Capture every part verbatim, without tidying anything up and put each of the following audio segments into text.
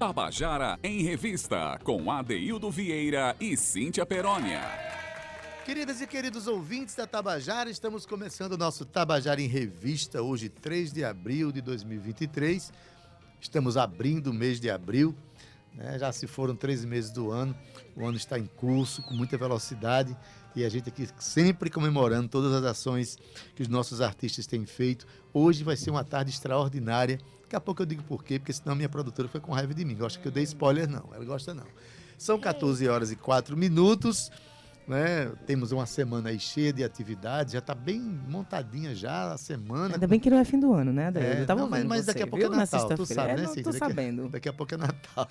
Tabajara em Revista, com Adeildo Vieira e Cíntia Perônia. Queridas e queridos ouvintes da Tabajara, estamos começando o nosso Tabajara em Revista, hoje três de abril de dois mil e vinte e três. Estamos abrindo o mês de abril, né? Já se foram três meses do ano, o ano está em curso, com muita velocidade, e a gente aqui sempre comemorando todas as ações que os nossos artistas têm feito. Hoje vai ser uma tarde extraordinária. Daqui a pouco eu digo por quê, porque senão minha produtora foi com raiva de mim. Gosta que eu dei spoiler, não. Ela gosta, não. São quatorze horas e quatro minutos, né? Temos uma semana aí cheia de atividades. Já está bem montadinha já a semana. Ainda bem que não é fim do ano, né, Adair? É, eu tava não, mas, mas você, daqui a pouco viu? é Natal. Tu sabe, é, né, não, Cíntia? tô Daqui, sabendo. Daqui a pouco é Natal.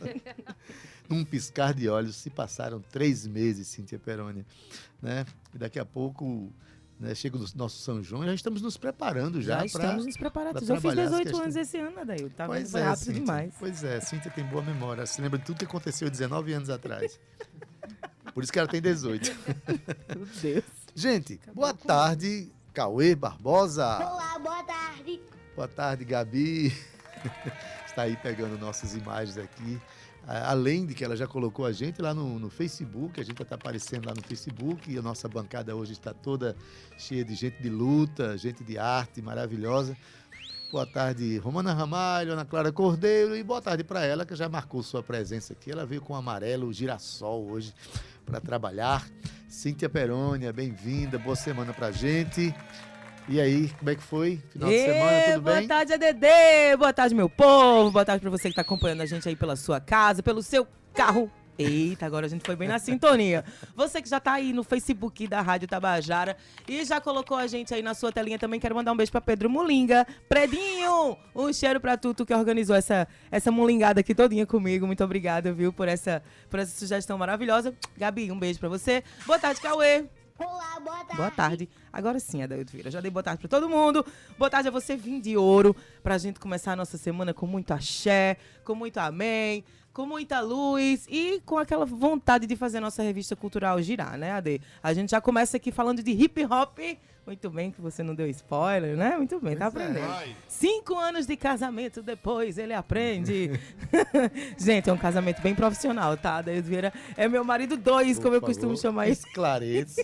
Num piscar de olhos, se passaram três meses, Cíntia Perônia, né? E daqui a pouco... Né, chega o nosso São João, já estamos nos preparando já. Já estamos pra, nos preparando. Já Eu fiz dezoito anos esse ano, Adair. Tá pois vendo? É, rápido Cíntia, demais. Pois é, Cíntia tem boa memória. Se lembra de tudo que aconteceu dezenove anos atrás. Por isso que ela tem dezoito. Meu Deus. Gente, Acabou boa tarde, Cauê Barbosa. Olá, boa tarde. Boa tarde, Gabi. Está aí pegando nossas imagens aqui. Além de que ela já colocou a gente lá no, no Facebook, a gente já está aparecendo lá no Facebook, e a nossa bancada hoje está toda cheia de gente de luta, gente de arte maravilhosa. Boa tarde, Romana Ramalho, Ana Clara Cordeiro, e boa tarde para ela, que já marcou sua presença aqui. Ela veio com amarelo, girassol hoje para trabalhar. Cíntia Perônia, bem-vinda, boa semana para a gente. E aí, como é que foi? Final de semana, tudo boa bem? Boa tarde, A D D! Boa tarde, meu povo! Boa tarde pra você que tá acompanhando a gente aí pela sua casa, pelo seu carro. Eita, agora a gente foi bem na sintonia. Você que já tá aí no Facebook da Rádio Tabajara e já colocou a gente aí na sua telinha também, quero mandar um beijo pra Pedro Mulinga. Predinho, um cheiro pra tu, tu que organizou essa, essa mulingada aqui todinha comigo. Muito obrigada, viu, por essa, por essa sugestão maravilhosa. Gabi, um beijo pra você. Boa tarde, Cauê. Olá, boa tarde. Boa tarde. Agora sim, Adeildo Vieira. Já dei boa tarde pra todo mundo. Boa tarde a você, Vim de Ouro, pra gente começar a nossa semana com muito axé, com muito amém, com muita luz e com aquela vontade de fazer a nossa revista cultural girar, né, Ade? A gente já começa aqui falando de hip hop. Muito bem que você não deu spoiler, né? Muito bem, tá aprendendo. É. Cinco anos de casamento depois, ele aprende. Gente, é um casamento bem profissional, tá? Adeildo Vieira é meu marido dois, Por como eu costumo chamar isso. Esclareça.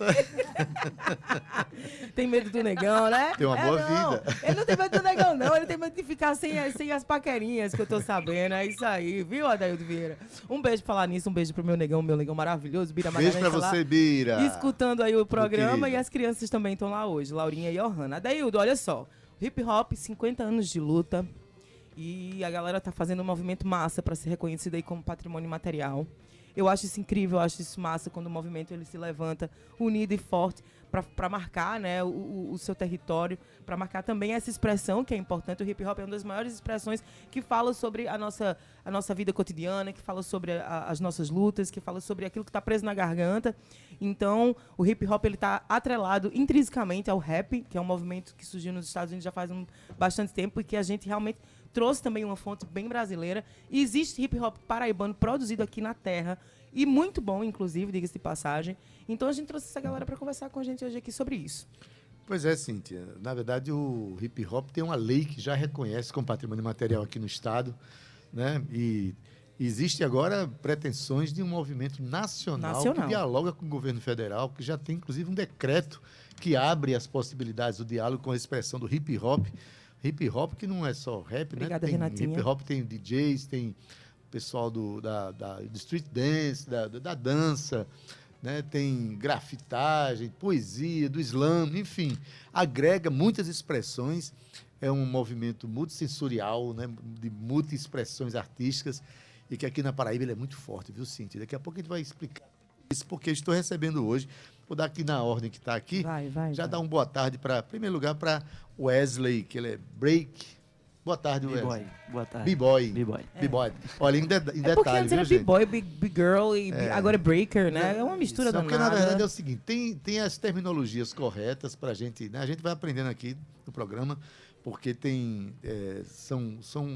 Tem medo do negão, né? Tem uma é, boa não. vida. Ele não tem medo do negão, não. Ele tem medo de ficar sem, sem as paquerinhas, que eu tô sabendo. É isso aí, viu, Adeildo Vieira? Um beijo pra falar nisso, um beijo pro meu negão, meu negão maravilhoso, Bira Magalhães. Beijo pra você, lá, Bira. Escutando aí o programa, e as crianças também estão lá hoje, Laurinha e Johanna. Adeildo, olha só, hip hop, cinquenta anos de luta, e a galera tá fazendo um movimento massa pra ser reconhecido aí como patrimônio material. Eu acho isso incrível, eu acho isso massa quando o movimento ele se levanta unido e forte para marcar, né, o, o seu território, para marcar também essa expressão que é importante. O hip hop é uma das maiores expressões que fala sobre a nossa, a nossa vida cotidiana, que fala sobre a, as nossas lutas, que fala sobre aquilo que está preso na garganta. Então, o hip hop está atrelado intrinsecamente ao rap, que é um movimento que surgiu nos Estados Unidos já faz um, bastante tempo e que a gente realmente trouxe também uma fonte bem brasileira. E existe hip hop paraibano produzido aqui na terra, e muito bom, inclusive, diga-se de passagem. Então a gente trouxe essa galera para conversar com a gente hoje aqui sobre isso. Pois é, Cíntia. Na verdade, o hip hop tem uma lei que já reconhece como patrimônio material aqui no estado, né? E existe agora pretensões de um movimento nacional, nacional que dialoga com o governo federal, que já tem, inclusive, um decreto que abre as possibilidades do diálogo com a expressão do hip hop. Hip hop que não é só rap, Obrigada, né? Tem Renatinha. Hip hop tem D Js, tem pessoal do, da, da, do street dance, da, da dança, né? Tem grafitagem, poesia, do slam, enfim, agrega muitas expressões. É um movimento multissensorial, né? De multi-expressões artísticas, e que aqui na Paraíba ele é muito forte, viu, Cíntia? Daqui a pouco a gente vai explicar isso, porque estou recebendo hoje, vou dar aqui na ordem que está aqui, vai, vai, já vai. dar uma boa tarde, para, em primeiro lugar, para Wesley, que ele é break. Boa tarde, Wesley. B-boy. Boa tarde. B-boy. B-boy. É. B-boy. Olha, em, de, em é porque detalhe, antes viu, era gente? B-boy, big, big girl, e É. agora é breaker, né? É uma mistura Isso, danada. porque, na verdade, é o seguinte, tem, tem as terminologias corretas para a gente, né? A gente vai aprendendo aqui no programa, porque tem, é, são, são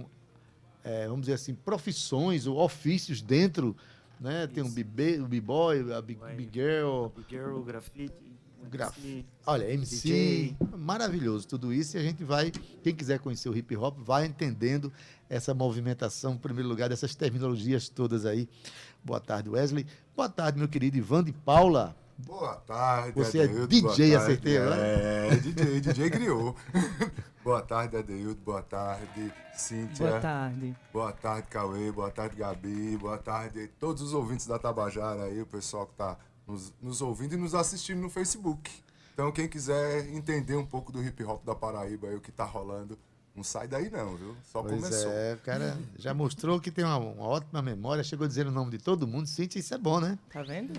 é, vamos dizer assim, profissões ou ofícios dentro, né? Tem um B-boy, a big, big girl, Big girl, grafite. graf... Olha, M C, D J. Maravilhoso tudo isso. E a gente vai, quem quiser conhecer o hip hop, vai entendendo essa movimentação, em primeiro lugar, dessas terminologias todas aí. Boa tarde, Wesley. Boa tarde, meu querido Ivan de Paula. Boa tarde, Você Adeildo, é D J, acertei, né? né? É, D J, D J criou. Boa tarde, Adeildo. Boa tarde, Cíntia. Boa tarde. Boa tarde, Cauê. Boa tarde, Gabi. Boa tarde, todos os ouvintes da Tabajara aí, o pessoal que está nos, nos ouvindo e nos assistindo no Facebook. Então, quem quiser entender um pouco do hip hop da Paraíba aí, o que tá rolando, não sai daí não, viu? Só Pois começou. é, o cara já mostrou que tem uma, uma ótima memória, chegou a dizer o nome de todo mundo. Cíntia, isso é bom, né? Tá vendo?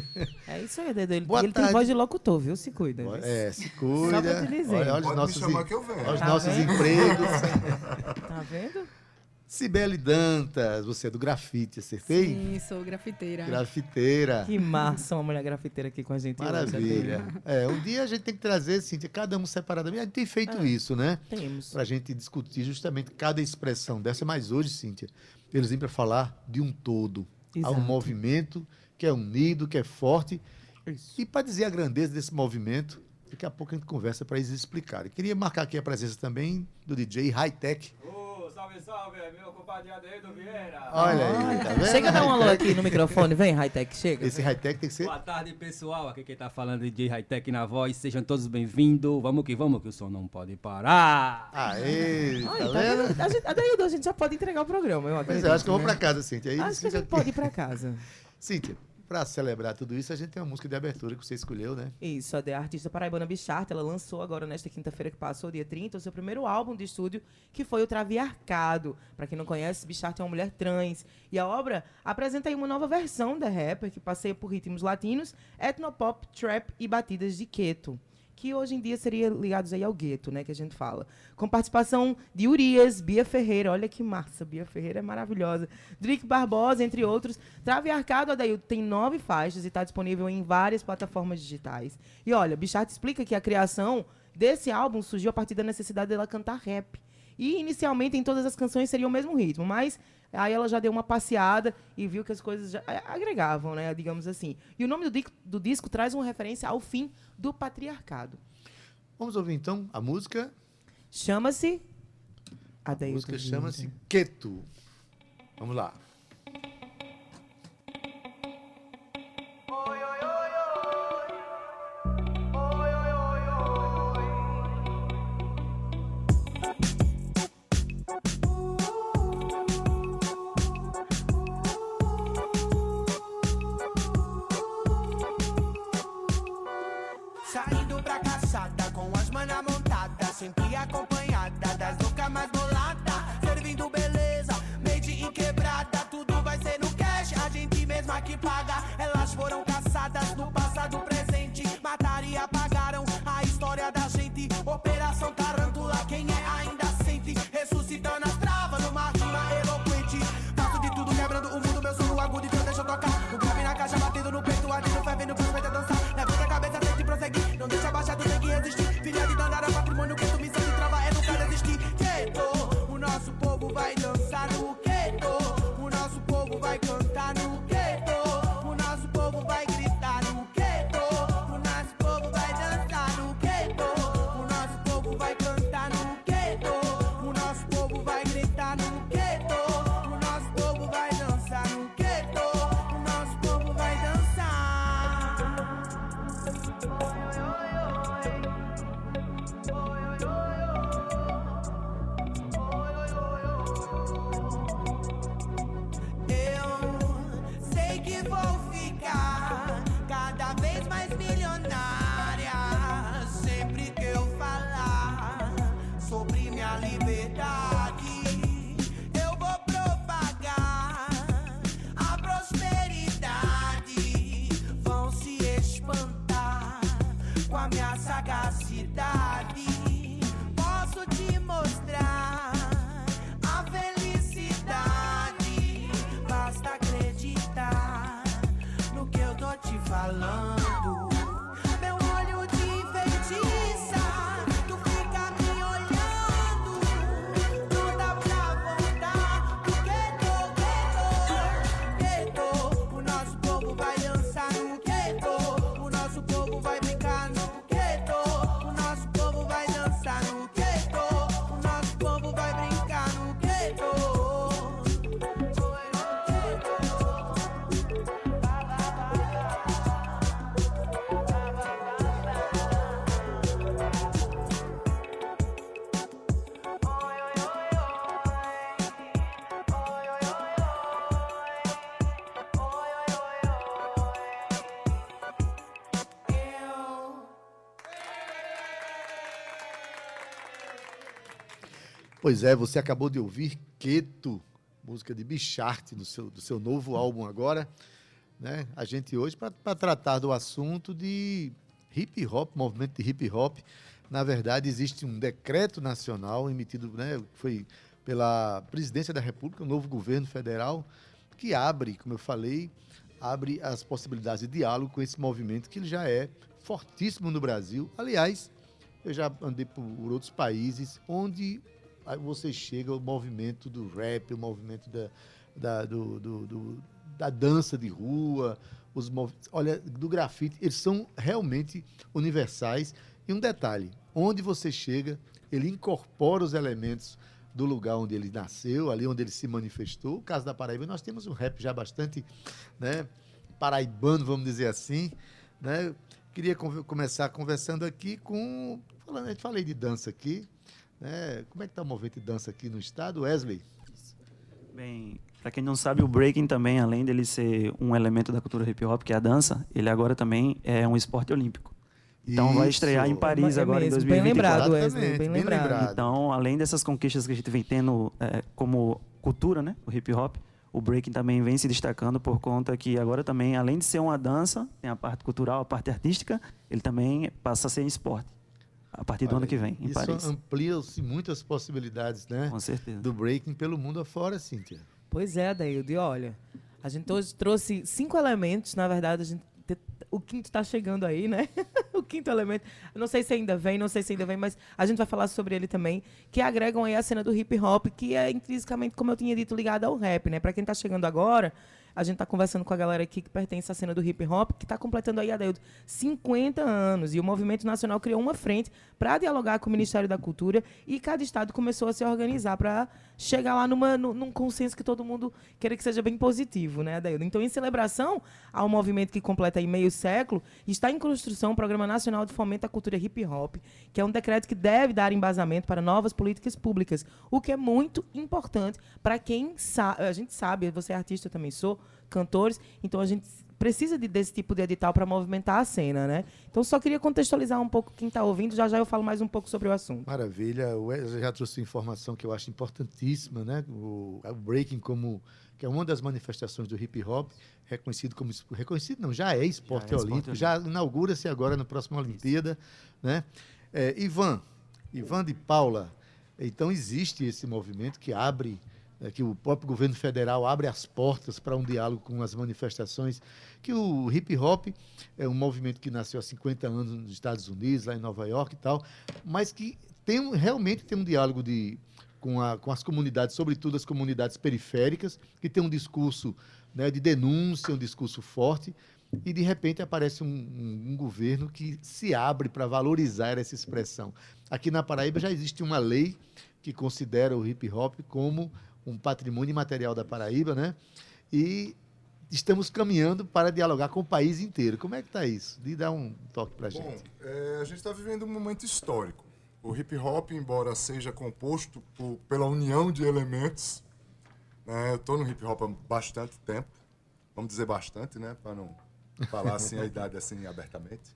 É isso aí, Dedê. Ele, Boa ele tarde. tem voz de locutor, viu? Se cuida. viu? É, se cuida. Só pra te dizer. Olha, olha os Pode nossos, me chamar que eu venho. olha os Tá nossos vendo? empregos. Tá vendo? Cibele Dantas, você é do grafite, acertei? Sim, sou grafiteira. Grafiteira. Que massa uma mulher grafiteira aqui com a gente. hoje, Maravilha. Dedê. É, um dia a gente tem que trazer, Cíntia, cada um separadamente. A gente tem feito É. isso, né? Temos. Para a gente discutir justamente cada expressão dessa. Mas hoje, Cíntia, eles vêm para falar de um todo. Há um Exato. movimento que é unido, que é forte. Isso. E para dizer a grandeza desse movimento, daqui a pouco a gente conversa para eles explicarem. Queria marcar aqui a presença também do D J High Tech. Ô, salve, salve, meu compadre Adeildo Vieira. Olha aí, tá vendo? Chega a dar um alô High-tech? aqui no microfone. Vem, High-Tech, chega. Esse high-tech tem que ser. Boa tarde, pessoal. Aqui quem tá falando é D J Hightech na voz. Sejam todos bem-vindos. Vamos que vamos, que o som não pode parar. Aê, Ai, tá tá vendo? vendo? A gente, Adeildo, a gente já pode entregar o programa, eu Mas acredito. eu acho que eu vou né? para casa, Cíntia. Aí Acho que a fica- gente pode ir pra casa. Cíntia, para celebrar tudo isso, a gente tem uma música de abertura que você escolheu, né? Isso, a da artista paraibana Bichart, ela lançou agora nesta quinta-feira que passou, dia trinta, o seu primeiro álbum de estúdio, que foi o Traviarcado. Pra quem não conhece, Bichart é uma mulher trans. E a obra apresenta aí uma nova versão da rapper, que passeia por ritmos latinos, etnopop, trap e batidas de gueto, que hoje em dia seria ligados aí ao gueto, né, que a gente fala. Com participação de Urias, Bia Ferreira, olha que massa, Bia Ferreira é maravilhosa, Drick Barbosa, entre outros. Traviarcado, Adaildo, tem nove faixas e está disponível em várias plataformas digitais. E olha, Bichart explica que a criação desse álbum surgiu a partir da necessidade dela cantar rap. E inicialmente em todas as canções seria o mesmo ritmo, mas aí ela já deu uma passeada e viu que as coisas já a- agregavam, né, digamos assim. E o nome do, dic- do disco traz uma referência ao fim do patriarcado. Vamos ouvir então a música. Chama-se A Adaildo música Vieira. chama-se Queto. Vamos lá. Saindo pra caçada com as mana montada, sempre acompanhada das loucas mais bolada. Servindo beleza, made em quebrada, tudo vai ser no cash, a gente mesma que paga. Elas foram caçadas no passado presente, mataram e apagaram a história da gente. Operação Tarântula, quem é ainda sente, ressuscitando as travas numa rima eloquente. Faço de tudo quebrando o mundo, meu som agudo, então deixa eu tocar. O grave na caixa batendo no peito, ardendo, fervendo, prospeta dançar. Levanta a cabeça, tente prosseguir, não deixa baixar, tu tem que resistir. Filha de Dandara, patrimônio que tu me sente trava, é nunca desistir. Queto, o nosso povo vai dançar no queto, o nosso povo vai cantar no queto, o nosso povo vai gritar no queto, o nosso povo vai dançar no queto, o nosso povo vai cantar no queto, o nosso povo vai gritar no queto, o nosso povo vai dançar no queto, o nosso povo vai dançar. Eu sei que vou ficar cada vez mais milionária sempre que eu falar sobre minha liberdade. Eu vou propagar a prosperidade, vão se espantar com a minha sagacidade. Posso te mostrar a felicidade, basta acreditar no que eu tô te falando. Meu olho de feitiça, tu fica me olhando, não dá pra voltar. O queto, queto, queto, o nosso povo vai dançar no queto, o nosso povo vai brincar no Pois é, você acabou de ouvir Queto, música de Bicharte, do seu, do seu novo álbum agora. Né? A gente hoje, para tratar do assunto de hip hop, movimento de hip hop, na verdade existe um decreto nacional emitido, né, foi pela Presidência da República, o novo governo federal, que abre, como eu falei, abre as possibilidades de diálogo com esse movimento que ele já é fortíssimo no Brasil. Aliás, eu já andei por outros países onde você chega ao movimento do rap, o movimento da, da, do, do, do, da dança de rua, os mov... olha, do grafite, eles são realmente universais. E um detalhe, onde você chega, ele incorpora os elementos do lugar onde ele nasceu, ali onde ele se manifestou. O caso da Paraíba, nós temos um rap já bastante, né, paraibano, vamos dizer assim, né? Queria conv- começar conversando aqui com... Falando, eu falei de dança aqui, né? Como é que está o movimento de dança aqui no estado, Wesley? Bem, para quem não sabe, o breaking também, além dele ser um elemento da cultura hip hop, que é a dança, ele agora também é um esporte olímpico. Então vai estrear em Paris É agora mesmo, em dois mil e vinte e quatro. Bem lembrado, Exatamente, Wesley, bem bem lembrado. lembrado. Então, além dessas conquistas que a gente vem tendo é, como cultura, né, o hip hop, o breaking também vem se destacando por conta que agora também, além de ser uma dança, tem a parte cultural, a parte artística, ele também passa a ser esporte. A partir do Olha, ano que vem, em isso Paris. amplia-se muitas possibilidades, né? Com certeza. Do breaking pelo mundo afora, Cíntia. Pois é, Adaildo, e olha, a gente hoje trouxe cinco elementos, na verdade, a gente te- o quinto está chegando aí, né? O quinto elemento, eu não sei se ainda vem, não sei se ainda vem, mas a gente vai falar sobre ele também, que agregam aí a cena do hip hop, que é intrinsecamente, como eu tinha dito, ligada ao rap, né? Para quem está chegando agora, a gente está conversando com a galera aqui que pertence à cena do hip hop, que está completando aí, Adaildo, cinquenta anos. E o Movimento Nacional criou uma frente para dialogar com o Ministério da Cultura e cada estado começou a se organizar para chegar lá numa, num, num consenso que todo mundo queira que seja bem positivo, né, Adaildo? Então, em celebração ao movimento que completa aí meio século, está em construção o Programa Nacional de Fomento à Cultura Hip Hop, que é um decreto que deve dar embasamento para novas políticas públicas, o que é muito importante para quem sabe, a gente sabe, você é artista, eu também sou, cantores, então a gente precisa de, desse tipo de edital para movimentar a cena, né? Então, só queria contextualizar um pouco quem está ouvindo, já já eu falo mais um pouco sobre o assunto. Maravilha, o Wesley já trouxe informação que eu acho importantíssima, né? O, o breaking como que é uma das manifestações do hip hop, reconhecido como reconhecido não, já é esporte Já é esporte olímpico, já inaugura-se agora na próxima Olimpíada, né? É, Ivan, Ivan de Paula, então existe esse movimento que abre É, que o próprio governo federal abre as portas para um diálogo com as manifestações, que o hip hop é um movimento que nasceu há cinquenta anos nos Estados Unidos, lá em Nova York e tal, mas que tem, um- realmente tem um diálogo de, com, a- com as comunidades, sobretudo as comunidades periféricas, que tem um discurso, né, de denúncia, um discurso forte, e de repente aparece um, um- um governo que se abre para valorizar essa expressão. Aqui na Paraíba já existe uma lei que considera o hip hop como um patrimônio imaterial da Paraíba, né? E estamos caminhando para dialogar com o país inteiro. Como é que está isso? De dar um toque para a Bom, gente. é, a gente está vivendo um momento histórico. O hip hop, embora seja composto por- pela união de elementos, né, eu estou no hip hop há bastante tempo, vamos dizer bastante, né, para não falar assim a idade assim abertamente,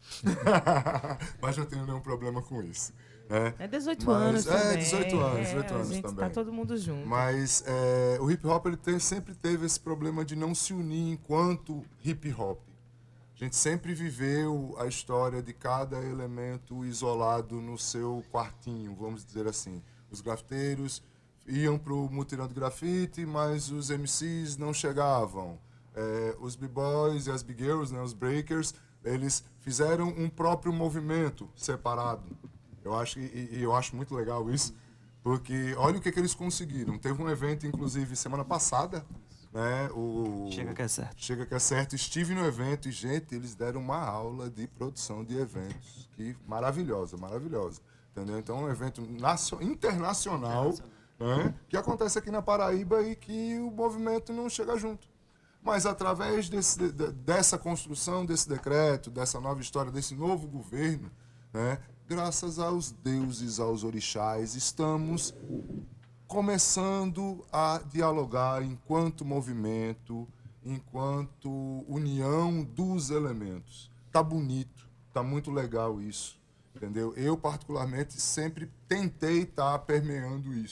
mas não tenho nenhum problema com isso. Né? É dezoito Mas- anos é, também. dezoito anos, É, dezoito anos a gente também. tá todo mundo junto. Mas é, o hip hop ele tem- sempre teve esse problema de não se unir enquanto hip hop. A gente sempre viveu a história de cada elemento isolado no seu quartinho, vamos dizer assim. Os grafiteiros iam para o mutirão de grafite, mas os M Cs não chegavam. É, os b-boys e as big girls, né, os breakers, eles fizeram um próprio movimento separado. Eu acho, e, e eu acho muito legal isso, porque olha o que, que eles conseguiram. Teve um evento, inclusive, semana passada, né? O Chega que é certo. Chega que é certo. Estive no evento e, gente, eles deram uma aula de produção de eventos. Que maravilhosa, maravilhosa. Entendeu? Então, é um evento nacio- internacional, né? Que acontece aqui na Paraíba e que o movimento não chega junto. Mas através desse, de- de- dessa construção, desse decreto, dessa nova história, desse novo governo, né? Graças aos deuses, aos orixás, estamos começando a dialogar enquanto movimento, enquanto união dos elementos. Tá bonito, tá muito legal isso, entendeu? Eu, particularmente, sempre tentei estar permeando isso.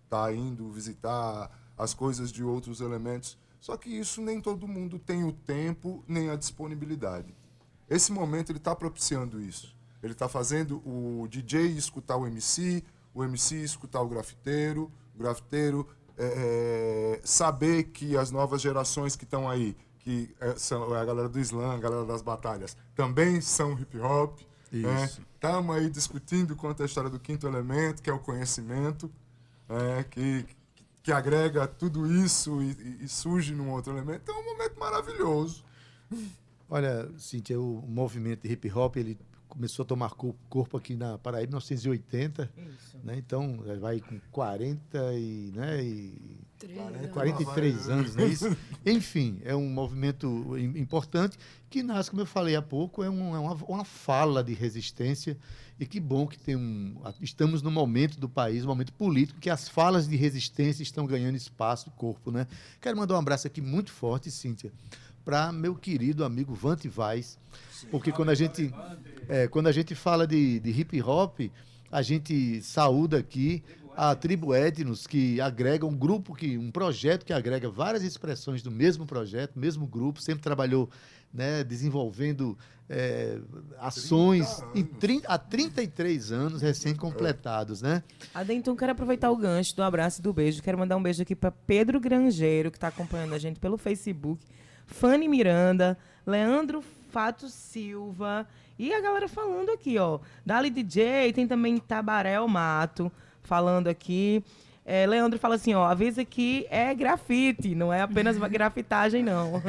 tá indo visitar as coisas de outros elementos. Só que isso nem todo mundo tem o tempo nem a disponibilidade. Esse momento ele está propiciando isso. Ele está fazendo o D J escutar o M C, o M C escutar o grafiteiro, o grafiteiro é, saber que as novas gerações que estão aí, que é, são a galera do slam, a galera das batalhas, também são hip hop. Estamos né? aí discutindo quanto a história do quinto elemento, que é o conhecimento, é, que, que agrega tudo isso e, e surge num outro elemento. Então é um momento maravilhoso. Olha, Cíntia, o movimento de hip hop, ele começou a tomar corpo aqui na Paraíba em mil novecentos e oitenta. Isso. Né? Então, vai com quarenta e, né, e quarenta e três anos, não é isso? Enfim, é um movimento importante que nasce, como eu falei há pouco, é, um, é uma, uma fala de resistência e que bom que tem um... Estamos no momento do país, um momento político, que as falas de resistência estão ganhando espaço, corpo, né? Quero mandar um abraço aqui muito forte, Cíntia, para meu querido amigo Vante Vaz, porque quando a gente, é, quando a gente fala de, de hip hop, a gente saúda aqui a Tribo Etnos, que agrega um grupo, que, um projeto que agrega várias expressões do mesmo projeto, mesmo grupo, sempre trabalhou, né, desenvolvendo é, ações em trinta, há trinta e três anos recém-completados, né? Adenton, quero aproveitar o gancho do abraço e do beijo. Quero mandar um beijo aqui para Pedro Grangeiro, que está acompanhando a gente pelo Facebook, Fanny Miranda, Leandro Fato Silva e a galera falando aqui, ó. Dali D J, tem também Tabarel Mato falando aqui. É, Leandro fala assim, ó, avisa que é grafite, não é apenas grafitagem, não.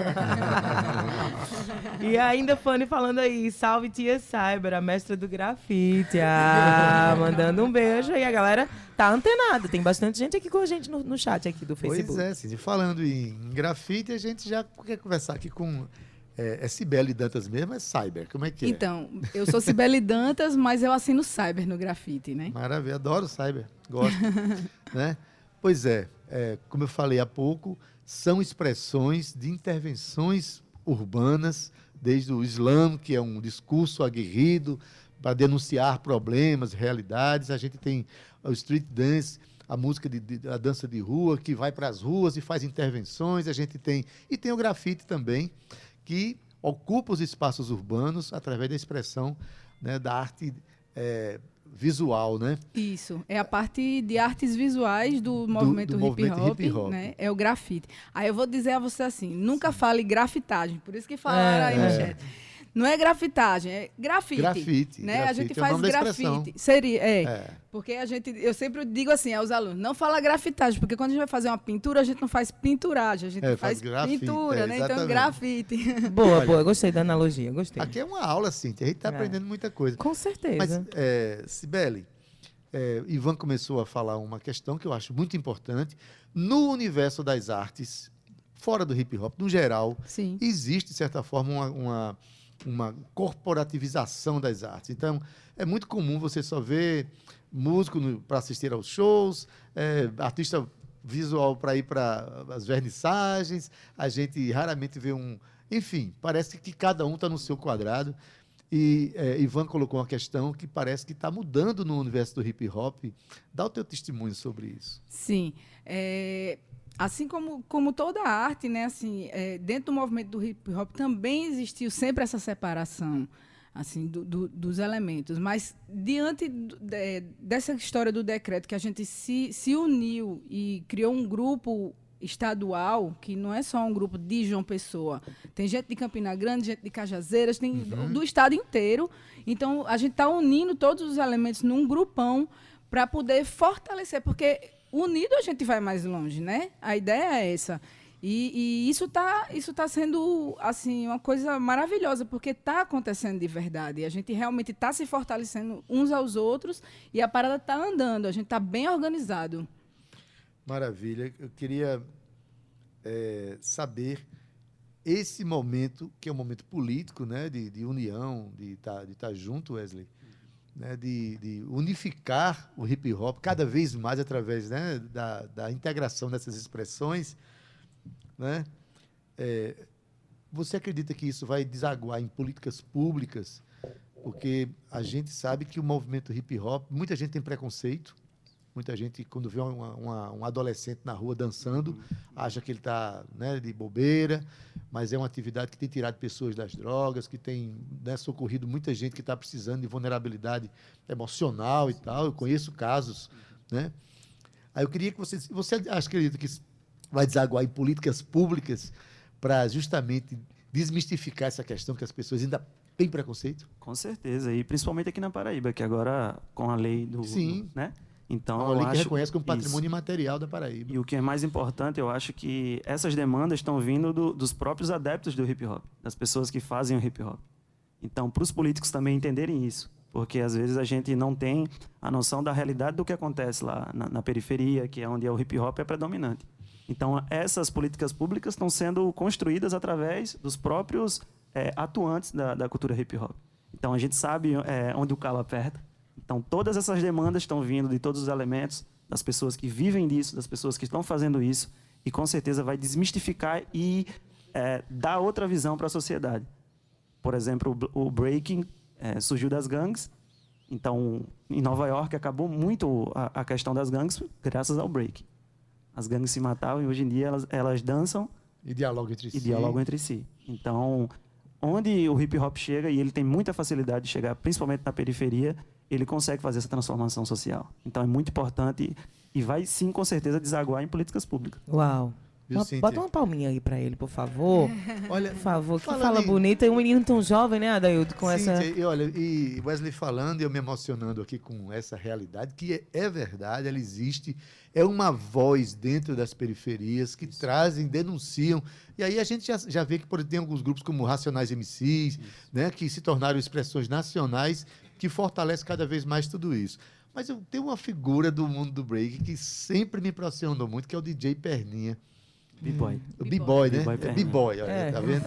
E ainda Fanny falando aí, salve tia Cyber, a mestra do grafite. Ah, mandando um beijo aí, a galera tá antenada. Tem bastante gente aqui com a gente no, no chat aqui do Facebook. Pois é, Cid, falando em grafite, a gente já quer conversar aqui com... É, é Cibele Dantas mesmo, é Cyber? Como é que é? Então, eu sou Cibele Dantas, mas eu assino Cyber no grafite, né? Maravilha, adoro Cyber, gosto. Né? Pois é, é, como eu falei há pouco, são expressões de intervenções urbanas, desde o slam, que é um discurso aguerrido para denunciar problemas, realidades. A gente tem o street dance, a música, de, de, a dança de rua, que vai para as ruas e faz intervenções. A gente tem, e tem o grafite também, que ocupa os espaços urbanos através da expressão, né, da arte é, visual, né? Isso, é a parte de artes visuais do movimento, do, do hip, movimento hop, hip hop, né? É o grafite. Aí eu vou dizer a você assim, nunca Sim. fale grafitagem, por isso que falaram é, aí no é. chat. Não é grafitagem, é grafite. Grafite. Né? grafite a gente é faz grafite. Seria, é, é. Porque a gente, eu sempre digo assim aos alunos, não fala grafitagem, porque quando a gente vai fazer uma pintura, a gente não faz pinturagem, a gente é, faz, faz grafite, pintura, é, né? Então, grafite. Boa, Olha, boa, gostei da analogia, gostei. Aqui é uma aula, sim, a gente está é. aprendendo muita coisa. Com certeza. Mas, é, Cibele, é, Ivan começou a falar uma questão que eu acho muito importante. No universo das artes, fora do hip hop, no geral, sim. existe, de certa forma, uma... uma uma corporativização das artes. Então, é muito comum você só ver músico para assistir aos shows, é, artista visual para ir para as vernissagens, a gente raramente vê um... Enfim, parece que cada um está no seu quadrado. E é, Ivan colocou uma questão que parece que está mudando no universo do hip-hop. Dá o teu testemunho sobre isso. Sim. É... Assim como, como toda a arte, né, assim, é, dentro do movimento do hip-hop também existiu sempre essa separação assim, do, do, dos elementos. Mas, diante do, de, dessa história do decreto, que a gente se, se uniu e criou um grupo estadual, que não é só um grupo de João Pessoa, tem gente de Campina Grande, gente de Cajazeiras, tem uhum. do estado inteiro. Então, a gente está unindo todos os elementos num grupão para poder fortalecer, porque... unido a gente vai mais longe, né? A ideia é essa. E, e isso está isso tá sendo assim, uma coisa maravilhosa, porque está acontecendo de verdade. A gente realmente está se fortalecendo uns aos outros e a parada está andando. A gente está bem organizado. Maravilha. Eu queria é, saber esse momento, que é um momento político, né? De, de união, de estar tá, de tá junto, Wesley. Né, de, de unificar o hip-hop cada vez mais através, né, da, da integração dessas expressões. Né? É, você acredita que isso vai desaguar em políticas públicas? Porque a gente sabe que o movimento hip-hop, muita gente tem preconceito, Muita gente, quando vê uma, uma, um adolescente na rua dançando, acha que ele está, né, de bobeira, mas é uma atividade que tem tirado pessoas das drogas, que tem, né, socorrido muita gente que está precisando de vulnerabilidade emocional e tal. Eu conheço casos, né? Aí eu queria que você... Você acredita que vai desaguar em políticas públicas para justamente desmistificar essa questão que as pessoas ainda têm preconceito? Com certeza, e principalmente aqui na Paraíba, que agora com a lei do... Sim. do, né? Então, uma lei eu que acho, reconhece como patrimônio isso. imaterial da Paraíba. E o que é mais importante, eu acho que essas demandas estão vindo do, dos próprios adeptos do hip-hop, das pessoas que fazem o hip-hop. Então, para os políticos também entenderem isso, porque às vezes a gente não tem a noção da realidade do que acontece lá na, na periferia, que é onde o hip-hop é predominante. Então, essas políticas públicas estão sendo construídas através dos próprios é, atuantes da, da cultura hip-hop. Então, a gente sabe é, onde o calo aperta. Então, todas essas demandas estão vindo de todos os elementos, das pessoas que vivem disso, das pessoas que estão fazendo isso, e com certeza vai desmistificar e é, dar outra visão para a sociedade. Por exemplo, o, o breaking é, surgiu das gangues. Então, em Nova York, acabou muito a, a questão das gangues graças ao breaking. As gangues se matavam e hoje em dia elas, elas dançam e dialogam entre e si. dialogam entre si. Então, onde o hip-hop chega, e ele tem muita facilidade de chegar, principalmente na periferia, ele consegue fazer essa transformação social. Então, é muito importante e vai, sim, com certeza, desaguar em políticas públicas. Uau. Viu, Uma, bota uma palminha aí pra ele, por favor. Olha, por favor, que fala em... bonita. E um menino tão jovem, né, Adaildo? Com Cíntia, essa... e olha, e Wesley falando e eu me emocionando aqui com essa realidade, que é, é verdade, ela existe, é uma voz dentro das periferias que Isso. trazem, denunciam. E aí a gente já, já vê que por, tem alguns grupos como Racionais M Cs, né, que se tornaram expressões nacionais, que fortalece cada vez mais tudo isso. Mas eu tenho uma figura do mundo do break que sempre me impressionou muito, que é o D J Perninha. B-boy. O B-boy, né? B-boy, é B-boy, olha, é. tá vendo?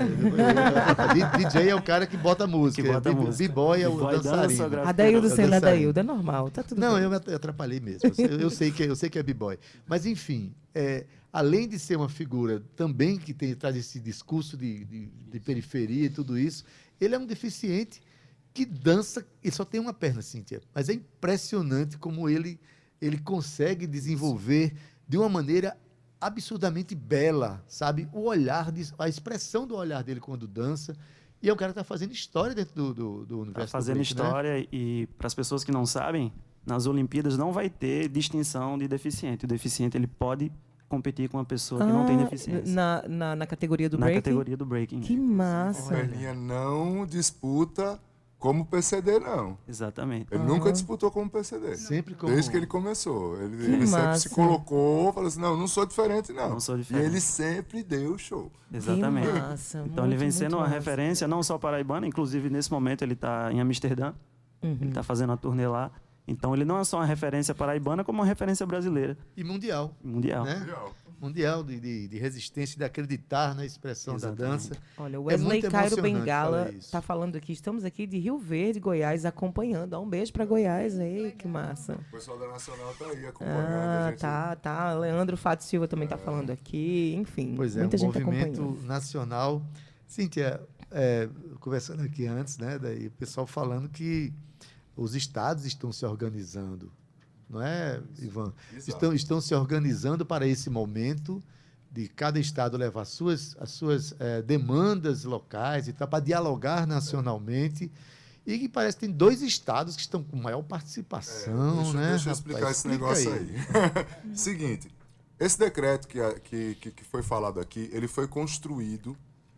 D J é o cara que bota música. Que bota música. B-boy é o dançarino. Dança, Adaildo é sendo Adaildo, é normal, tá tudo Não, bem. eu me atrapalhei mesmo. Eu, eu, sei que, eu sei que é B-boy. Mas, enfim, é, além de ser uma figura também que tem, traz esse discurso de, de, de periferia e tudo isso, ele é um deficiente que dança, ele só tem uma perna, Cíntia, mas é impressionante como ele, ele consegue desenvolver de uma maneira absurdamente bela, sabe? O olhar, de, a expressão do olhar dele quando dança, e é um cara que está fazendo história dentro do, do, do universo. Está fazendo do break, história, né? E para as pessoas que não sabem, nas Olimpíadas não vai ter distinção de deficiente. O deficiente ele pode competir com uma pessoa ah, que não tem deficiência. Na, na, na categoria do na breaking? Na categoria do breaking. Que massa. O Perninha não disputa como P C D, não. Exatamente. Ele ah. nunca disputou como P C D. Sempre como... Desde que ele começou. Ele, Que ele sempre massa. se colocou, falou assim, não, não sou diferente, não. Não sou diferente. E ele sempre deu show. Exatamente. Que massa, então ele vem muito, sendo muito uma massa. referência, não só paraibana, inclusive nesse momento ele está em Amsterdã, Uhum. ele está fazendo uma turnê lá. Então ele não é só uma referência paraibana, como uma referência brasileira. E mundial. Mundial. Né? Mundial. Mundial de, de, de resistência e de acreditar na expressão Exatamente. da dança. Olha, o É Wesley muito Cairo emocionante Bengala falar isso. está falando aqui. Estamos aqui de Rio Verde, Goiás, acompanhando. Dá um beijo para Goiás aí, que massa. O pessoal da Nacional tá aí acompanhando a Ah, gente. tá, tá. Leandro Fato Silva também está falando aqui. Enfim, Pois é, muita o gente movimento acompanhando. nacional. Cíntia, é, conversando aqui antes, né, daí o pessoal falando que os estados estão se organizando, não é, Ivan? Exato. Estão, estão se organizando para esse momento de cada estado levar as suas, as suas é, demandas locais e tal, para dialogar nacionalmente. E que parece que tem dois estados que estão com maior participação, É, deixa, né? deixa eu rapaz? explicar esse Explica negócio aí. Seguinte, esse decreto que, a- que, que, que foi falado aqui, ele foi construído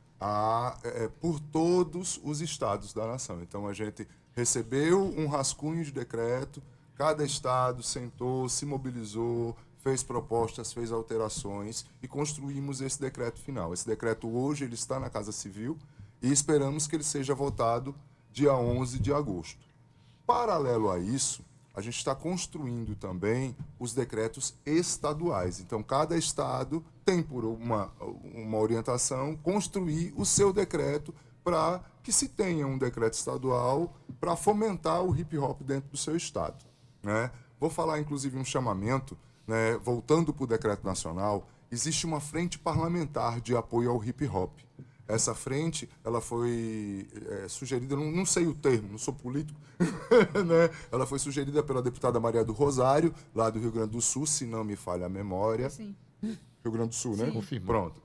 a, é, por todos os estados da nação. Então, a gente recebeu um rascunho de decreto, cada estado sentou, se mobilizou, fez propostas, fez alterações e construímos esse decreto final. Esse decreto hoje ele está na Casa Civil e esperamos que ele seja votado dia onze de agosto. Paralelo a isso, a gente está construindo também os decretos estaduais. Então, cada estado tem, por uma, uma orientação, construir o seu decreto para que se tenha um decreto estadual para fomentar o hip-hop dentro do seu estado, né? Vou falar, inclusive, um chamamento, né? Voltando para o decreto nacional, existe uma frente parlamentar de apoio ao hip-hop. Essa frente, ela foi é, sugerida, não, não sei o termo, não sou político, né? Ela foi sugerida pela deputada Maria do Rosário, lá do Rio Grande do Sul, se não me falha a memória. Sim. Rio Grande do Sul, né? Confirma. Pronto.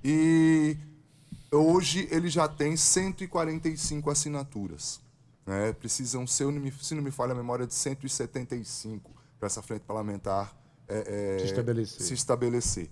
E hoje ele já tem cento e quarenta e cinco assinaturas. Né? Precisam ser, se não me falha a memória, de cento e setenta e cinco para essa frente parlamentar é, é, se estabelecer. se estabelecer.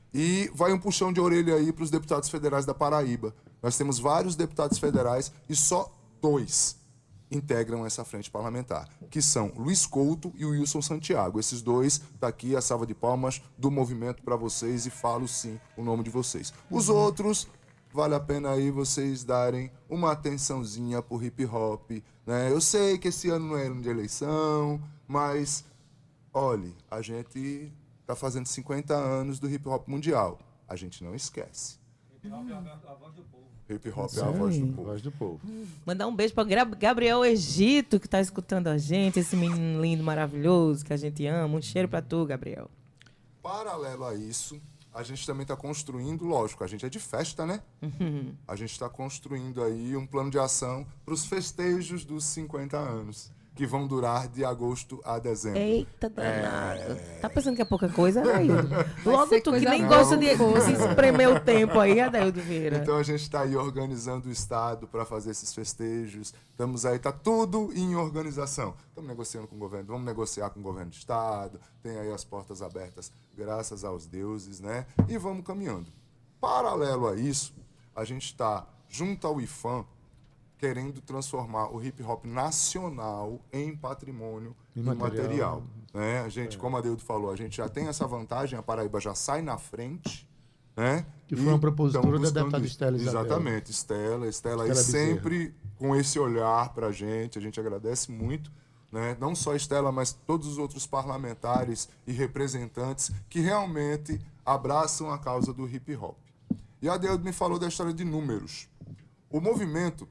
E vai um puxão de orelha aí para os deputados federais da Paraíba. Nós temos vários deputados federais e só dois integram essa frente parlamentar, que são Luiz Couto e o Wilson Santiago. Esses dois, tá aqui a salva de palmas do movimento para vocês e falo sim o nome de vocês. Os outros, vale a pena aí vocês darem uma atençãozinha pro hip hop, né? Eu sei que esse ano não é ano de eleição, mas olhe, a gente tá fazendo cinquenta anos do hip hop mundial. A gente não esquece. Hip hop é a voz do povo. Hip hop é a voz do povo. Voz do povo. Mandar um beijo para Gabriel Egito, que está escutando a gente, esse menino lindo, maravilhoso, que a gente ama. Um cheiro para tu, Gabriel. Paralelo a isso, a gente também está construindo, lógico, a gente é de festa, né? Uhum. A gente está construindo aí um plano de ação para os festejos dos cinquenta anos, que vão durar de agosto a dezembro. Eita, danado. É... Tá pensando que é pouca coisa, Adaildo? Logo tu que nem não. gosta de, de espremer o tempo aí, Adaildo Vieira. Então a gente está aí organizando o Estado para fazer esses festejos. Estamos aí, tá tudo em organização. Estamos negociando com o governo, vamos negociar com o governo do Estado, tem aí as portas abertas, graças aos deuses, né? E vamos caminhando. Paralelo a isso, a gente está junto ao I F A M, querendo transformar o hip hop nacional em patrimônio imaterial. imaterial né? A gente, é. como a Adeildo falou, a gente já tem essa vantagem, a Paraíba já sai na frente. Né? Que foi uma propositura da deputada Estela Isabel. Exatamente, Estela. Estela, Estela aí sempre com esse olhar para a gente, a gente agradece muito. Né? Não só a Estela, mas todos os outros parlamentares e representantes que realmente abraçam a causa do hip hop. E a Adeildo me falou da história de números. O movimento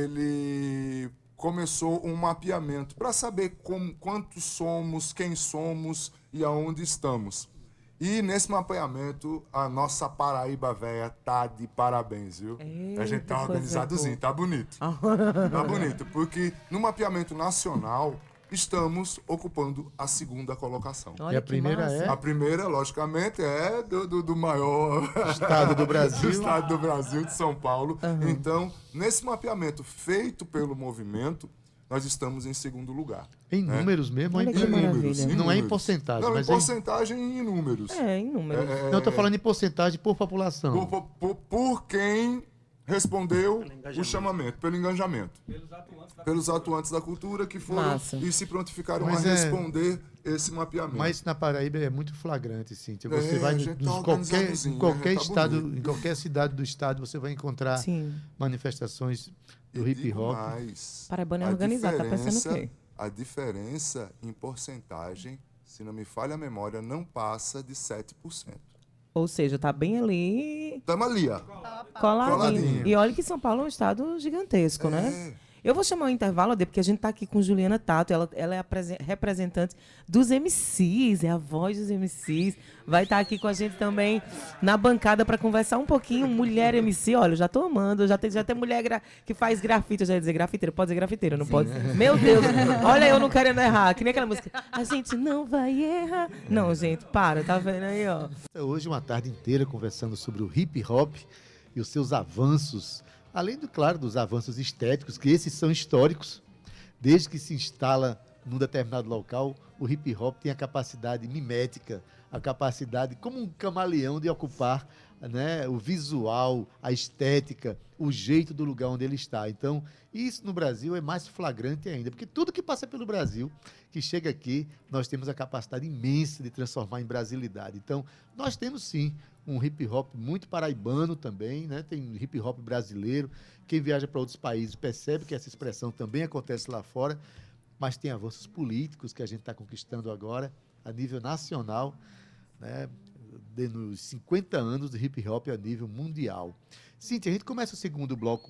ele começou um mapeamento para saber como, quantos somos, quem somos e aonde estamos. E nesse mapeamento, a nossa Paraíba véia tá de parabéns, viu? Eita, a gente tá organizadozinho, tá bonito. Tá bonito, porque no mapeamento nacional, estamos ocupando a segunda colocação. Olha, e a primeira massa. é? A primeira, logicamente, é do, do, do maior estado do Brasil. do estado do Brasil, de São Paulo. Uhum. Então, nesse mapeamento feito pelo movimento, nós estamos em segundo lugar. Em né? números mesmo? Olha em que números. Em não números. é em porcentagem. Não, mas em porcentagem e em números. É, em números. É, não, eu estou falando em porcentagem por população. Por, por, por, por quem respondeu o chamamento, pelo engajamento. Pelos atuantes da, Pelos atuantes da cultura que foram Massa. e se prontificaram mas a é, responder esse mapeamento. Mas na Paraíba é muito flagrante, Cíntia. Você é, vai nos, tá qualquer, em qualquer tá estado, bonito. em qualquer cidade do estado, você vai encontrar Sim. manifestações do e hip hop. Paraibano é organizado, tá pensando o quê? A diferença em porcentagem, se não me falha a memória, não passa de sete por cento. Ou seja, tá bem ali. Estamos ali, ó. Coladinho. Coladinho. E olha que São Paulo é um estado gigantesco, é. né? Eu vou chamar o intervalo, Ade, porque a gente tá aqui com Juliana Tato. Ela, ela é a representante dos M Cs, é a voz dos M Cs. Vai estar tá aqui com a gente também na bancada para conversar um pouquinho. Mulher M C, olha, eu já tô amando. Já tem, já tem mulher gra que faz grafite. Eu já ia dizer grafiteira. Pode dizer grafiteira, não Sim. pode? Meu Deus, olha eu não querendo errar. Que nem aquela música. A gente não vai errar. Não, gente, para, tá vendo aí, ó. Hoje uma tarde inteira conversando sobre o hip hop e os seus avanços. Além, do, claro, dos avanços estéticos, que esses são históricos. Desde que se instala num determinado local, o hip hop tem a capacidade mimética, a capacidade, como um camaleão, de ocupar, né, o visual, a estética, o jeito do lugar onde ele está. Então, isso no Brasil é mais flagrante ainda, porque tudo que passa pelo Brasil, que chega aqui, nós temos a capacidade imensa de transformar em brasilidade. Então, nós temos sim um hip hop muito paraibano também, né? Tem hip hop brasileiro. Quem viaja para outros países percebe que essa expressão também acontece lá fora, mas tem avanços políticos que a gente está conquistando agora a nível nacional, né? De, nos cinquenta anos do hip hop a nível mundial. Cíntia, a gente começa o segundo bloco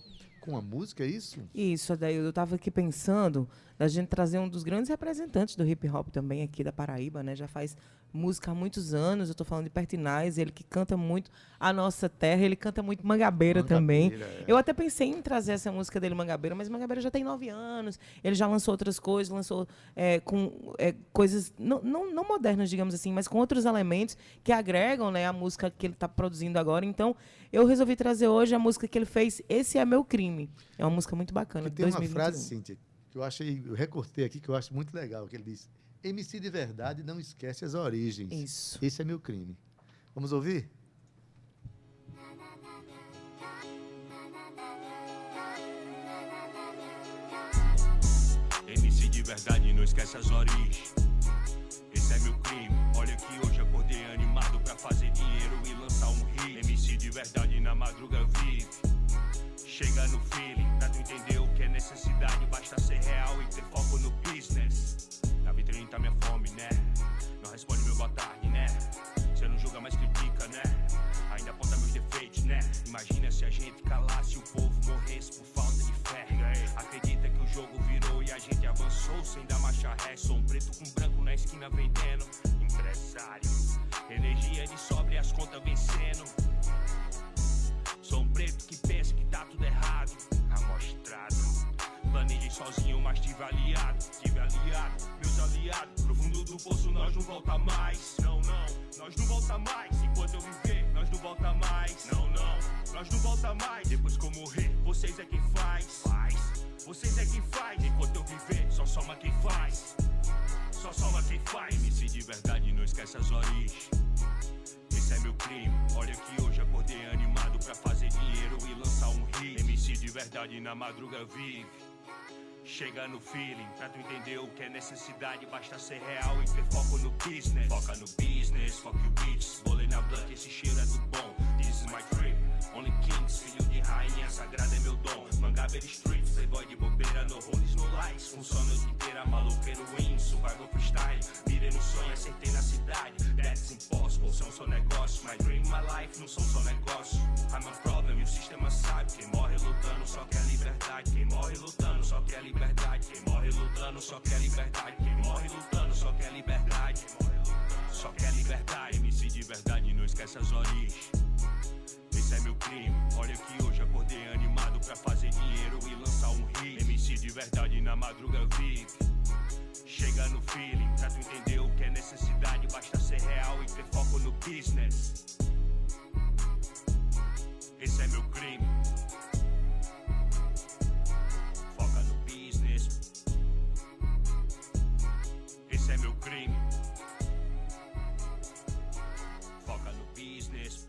com a música, é isso? Isso, Adaildo. Eu estava aqui pensando da gente trazer um dos grandes representantes do hip hop também aqui da Paraíba, né? Já faz música há muitos anos. Eu estou falando de Pertinaz, ele que canta muito a nossa terra, ele canta muito Mangabeira, Mangabeira também. É. Eu até pensei em trazer essa música dele, Mangabeira, mas Mangabeira já tem nove anos, ele já lançou outras coisas, lançou é, com é, coisas não, não, não modernas, digamos assim, mas com outros elementos que agregam, né, a música que ele está produzindo agora. Então, eu resolvi trazer hoje a música que ele fez, Esse é Meu Crime. É uma música muito bacana. Que tem uma dois mil e vinte e um. frase, Cíntia, que eu achei, eu recortei aqui, que eu acho muito legal, que ele diz: M C de verdade não esquece as origens. Isso. Esse é meu crime. Vamos ouvir? M C de verdade não esquece as origens. Esse é meu crime. Olha que hoje acordei animado pra fazer dinheiro e lançar um hit. M C de verdade na madruga vive. Chega no feeling, pra tu entender o que é necessidade. Basta ser real e ter foco no business. Na vitrine tá minha fome, né? Não responde meu boa tarde, né? Cê não julga, mas critica, né? Ainda aponta meus defeitos, né? Imagina se a gente calasse e o povo morresse por falta de fé. Acredita que o jogo virou e a gente avançou sem dar marcha ré. Sou um preto com branco na esquina vendendo. Empresário, energia de sobre as contas vencendo. Sou um preto que pensa que tá tudo errado. Amostrado, planejei sozinho, mas tive aliado. Tive aliado, meus aliados. Pro fundo do poço nós não volta mais. Não, não, nós não volta mais. Enquanto eu viver, nós não volta mais. Não, não, nós não volta mais. Depois que eu morrer, vocês é quem faz. Faz, vocês é quem faz. Enquanto eu viver, só soma quem faz. Só soma quem faz. M C de verdade não esquece as origens. Esse é meu crime. Olha que hoje acordei animado pra fazer dinheiro e lançar um hit. M C de verdade na madruga vive. Chega no feeling, pra tu entender o que é necessidade. Basta ser real e ter foco no business. Foca no business, fuck you bitches. Bolei na blunt, esse cheiro é do bom. This is my trip, only kings. Filho de rainha, sagrada é meu dom. Mangabeira street, playboy de bobeira. No rolls, no lights, funciona a noite inteira. Maloqueiro win, survival freestyle. Mirei no sonho, acertei na cidade. That's impossible, são só negócios. My dream, my life, não são só negócios. I'm a problem e o sistema sabe. Quem morre lutando só quer liberdade. Quem morre lutando só quer liberdade. Quem morre lutando só quer liberdade. Quem morre lutando só quer liberdade. Só quer liberdade. M C de verdade não esquece as origens. Esse é meu crime. Olha que hoje acordei animado pra fazer dinheiro e lançar um hit. M C de verdade na madruga vive. Chega no feeling, pra tu entender o que é necessidade. Basta ser real e ter foco no business. Esse é meu crime. Foca no business. Esse é meu crime. Foca no business.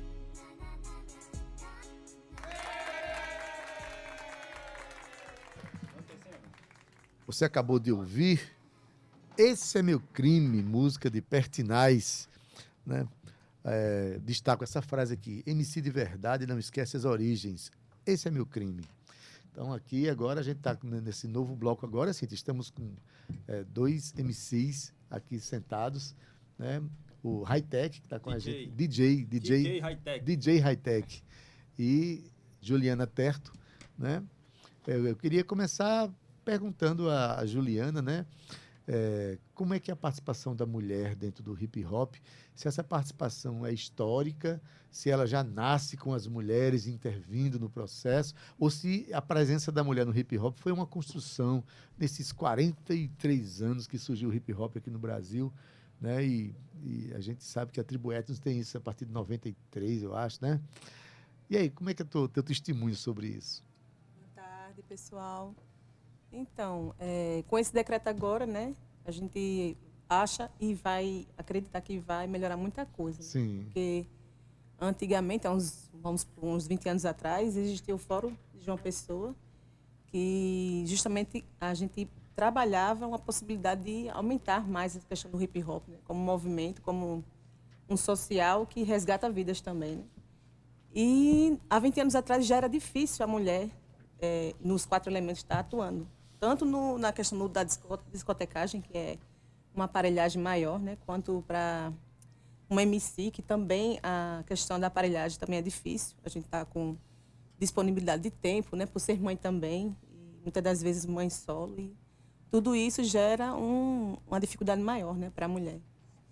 Você acabou de ouvir Esse é Meu Crime, música de Pertinaz, né? É, destaco essa frase aqui: M C de verdade não esquece as origens. Esse é meu crime. Então aqui agora a gente está nesse novo bloco agora, assim, estamos com é, dois M Cs aqui sentados, né? O Hightech que está com D J. a gente, D J, D J, D J Hightech. D J Hightech e Juliana Terto, né? Eu, eu queria começar perguntando a, a Juliana, né? É, como é que é a participação da mulher dentro do hip hop, se essa participação é histórica, se ela já nasce com as mulheres intervindo no processo, ou se a presença da mulher no hip hop foi uma construção nesses quarenta e três anos que surgiu o hip hop aqui no Brasil, né? E, e a gente sabe que a Tribo Etnos tem isso a partir de noventa e três, eu acho, né? E aí, como é que é o teu testemunho sobre isso? Boa tarde, pessoal. Então, é, com esse decreto agora, né, a gente acha e vai acreditar que vai melhorar muita coisa. Né? Sim. Porque antigamente, há uns, vamos, uns vinte anos atrás, existia o Fórum de João Pessoa, que justamente a gente trabalhava uma possibilidade de aumentar mais a questão do hip hop, né, como movimento, como um social que resgata vidas também. Né? E há vinte anos atrás já era difícil a mulher, é, nos quatro elementos, estar atuando. Tanto no, na questão do, da discotecagem, que é uma aparelhagem maior, né, quanto para uma M C, que também a questão da aparelhagem também é difícil. A gente está com disponibilidade de tempo, né, por ser mãe também, e muitas das vezes mãe solo, e tudo isso gera um, uma dificuldade maior, né, para a mulher.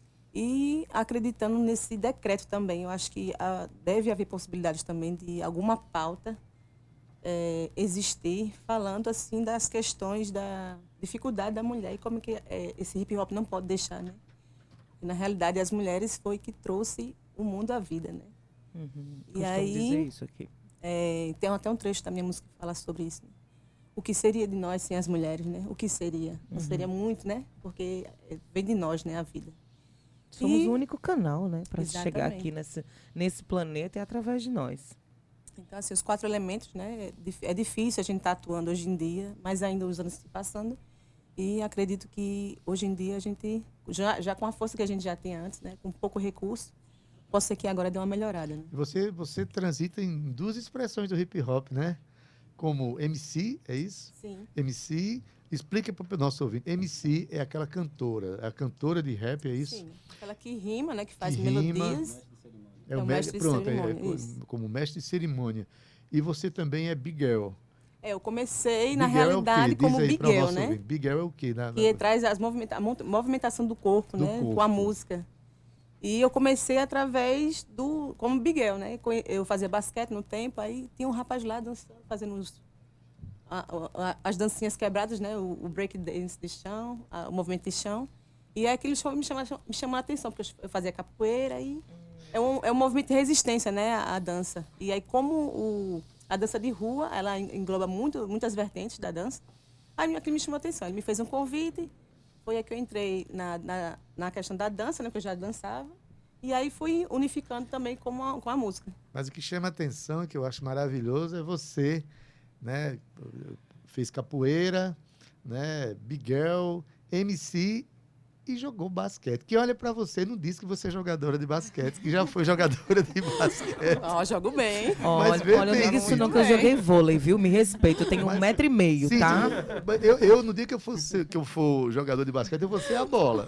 E acreditando nesse decreto também, eu acho que ah, deve haver possibilidades também de alguma pauta é, existir, falando assim das questões da dificuldade da mulher e como que é, esse hip hop não pode deixar, né? E, na realidade, as mulheres foi que trouxe o mundo à vida, né? Uhum. E aí dizer isso aqui. É, tem até um trecho da minha música que fala sobre isso. Né? O que seria de nós sem as mulheres, né? O que seria? Não Uhum. seria muito, né? Porque vem de nós, né, a vida. Somos E- o único canal, né, para chegar Exatamente. aqui nesse, nesse planeta é através de nós. Então, assim, os quatro elementos, né? É, dif- é difícil a gente estar atuando hoje em dia, mas ainda os anos se passando. E acredito que hoje em dia a gente, já, já com a força que a gente já tem antes, né? Com pouco recurso, pode ser que agora dê uma melhorada, né? Você, você transita em duas expressões do hip hop, né? Como M C, é isso? Sim. M C, explica para o nosso ouvinte. M C é aquela cantora, a cantora de rap, é isso? Sim. Aquela que rima, né? Que faz Que rima. melodias. É o É o mestre, mestre de pronto, é- é cerimônia, co- isso. como mestre de cerimônia. E você também é Big Girl. É, eu comecei, na Big Girl é o quê? realidade, Diz como aí Big pra Girl, nosso né? ouvinte. Big Girl é o quê? Na- Que na- traz as movimenta a mo- movimentação do corpo, Do né? corpo. Com a música. E eu comecei através do... Como Big Girl, né? Co- Eu fazia basquete no tempo, aí tinha um rapaz lá dançando, fazendo os, a- a- as dancinhas quebradas, né? O, o break dance de chão, a- o movimento de chão. E aí aquilo me chamou, me chamou a atenção, porque eu fazia capoeira e... É um, é um movimento de resistência, né? A, a dança. E aí, como o, a dança de rua, ela engloba muito, muitas vertentes da dança, aí aquilo me chamou a atenção. Ele me fez um convite, foi aí que eu entrei na, na, na questão da dança, né? Porque eu já dançava. E aí fui unificando também com a, com a música. Mas o que chama a atenção, que eu acho maravilhoso, é você, né? Fez capoeira, né? Big Girl, M C e jogou basquete. Que olha pra você, não diz que você é jogadora de basquete, que já foi jogadora de basquete. Ó, jogo bem. Olha, vê olha, eu bem, não digo isso não, muito que eu bem. joguei vôlei, viu? Me respeita, eu tenho um metro e meio, Sim, tá? sim. Eu, eu, no dia que eu, fosse, que eu for jogador de basquete, eu vou ser a bola.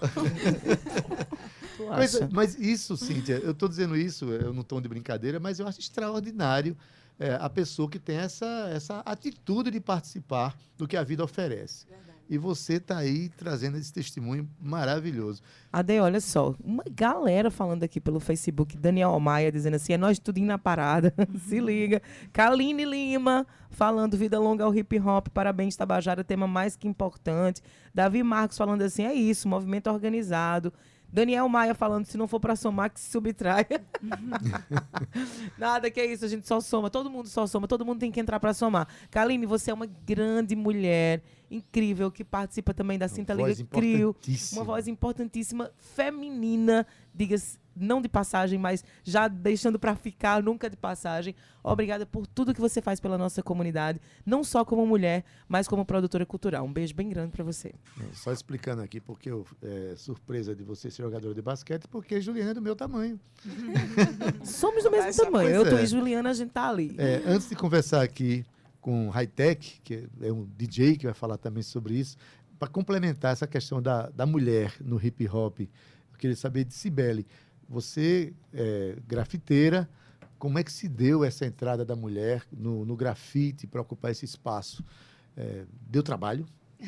Tu Mas, acha? mas isso, Cíntia, eu estou dizendo isso, eu não tom de brincadeira, mas eu acho extraordinário é, a pessoa que tem essa, essa atitude de participar do que a vida oferece. E você está aí trazendo esse testemunho maravilhoso. Ade, olha só, uma galera falando aqui pelo Facebook, Daniel Maia dizendo assim, é nós tudinho na parada, se liga. Kaline Lima falando, vida longa ao hip hop, parabéns Tabajara, tema mais que importante. Davi Marcos falando assim, é isso, movimento organizado. Daniel Maia falando, se não for para somar, que se subtraia. Nada, que é isso, a gente só soma, todo mundo só soma, todo mundo tem que entrar para somar. Kaline, você é uma grande mulher, incrível, que participa também da Cinta Liga voz Crio. importantíssima. Uma voz importantíssima, feminina, diga-se, não de passagem, mas já deixando para ficar, nunca de passagem. Obrigada por tudo que você faz pela nossa comunidade, não só como mulher, mas como produtora cultural. Um beijo bem grande para você. Só explicando aqui, porque eu, é, surpresa de você ser jogadora de basquete, porque Juliana é do meu tamanho. Somos do mesmo Mas, tamanho. pois Eu, tu é. e Juliana, a gente tá ali. É, antes de conversar aqui com o Hightech, que é um D J que vai falar também sobre isso, para complementar essa questão da, da mulher no hip hop, eu queria saber de Cibele, você é grafiteira, como é que se deu essa entrada da mulher no, no grafite para ocupar esse espaço? É, deu trabalho?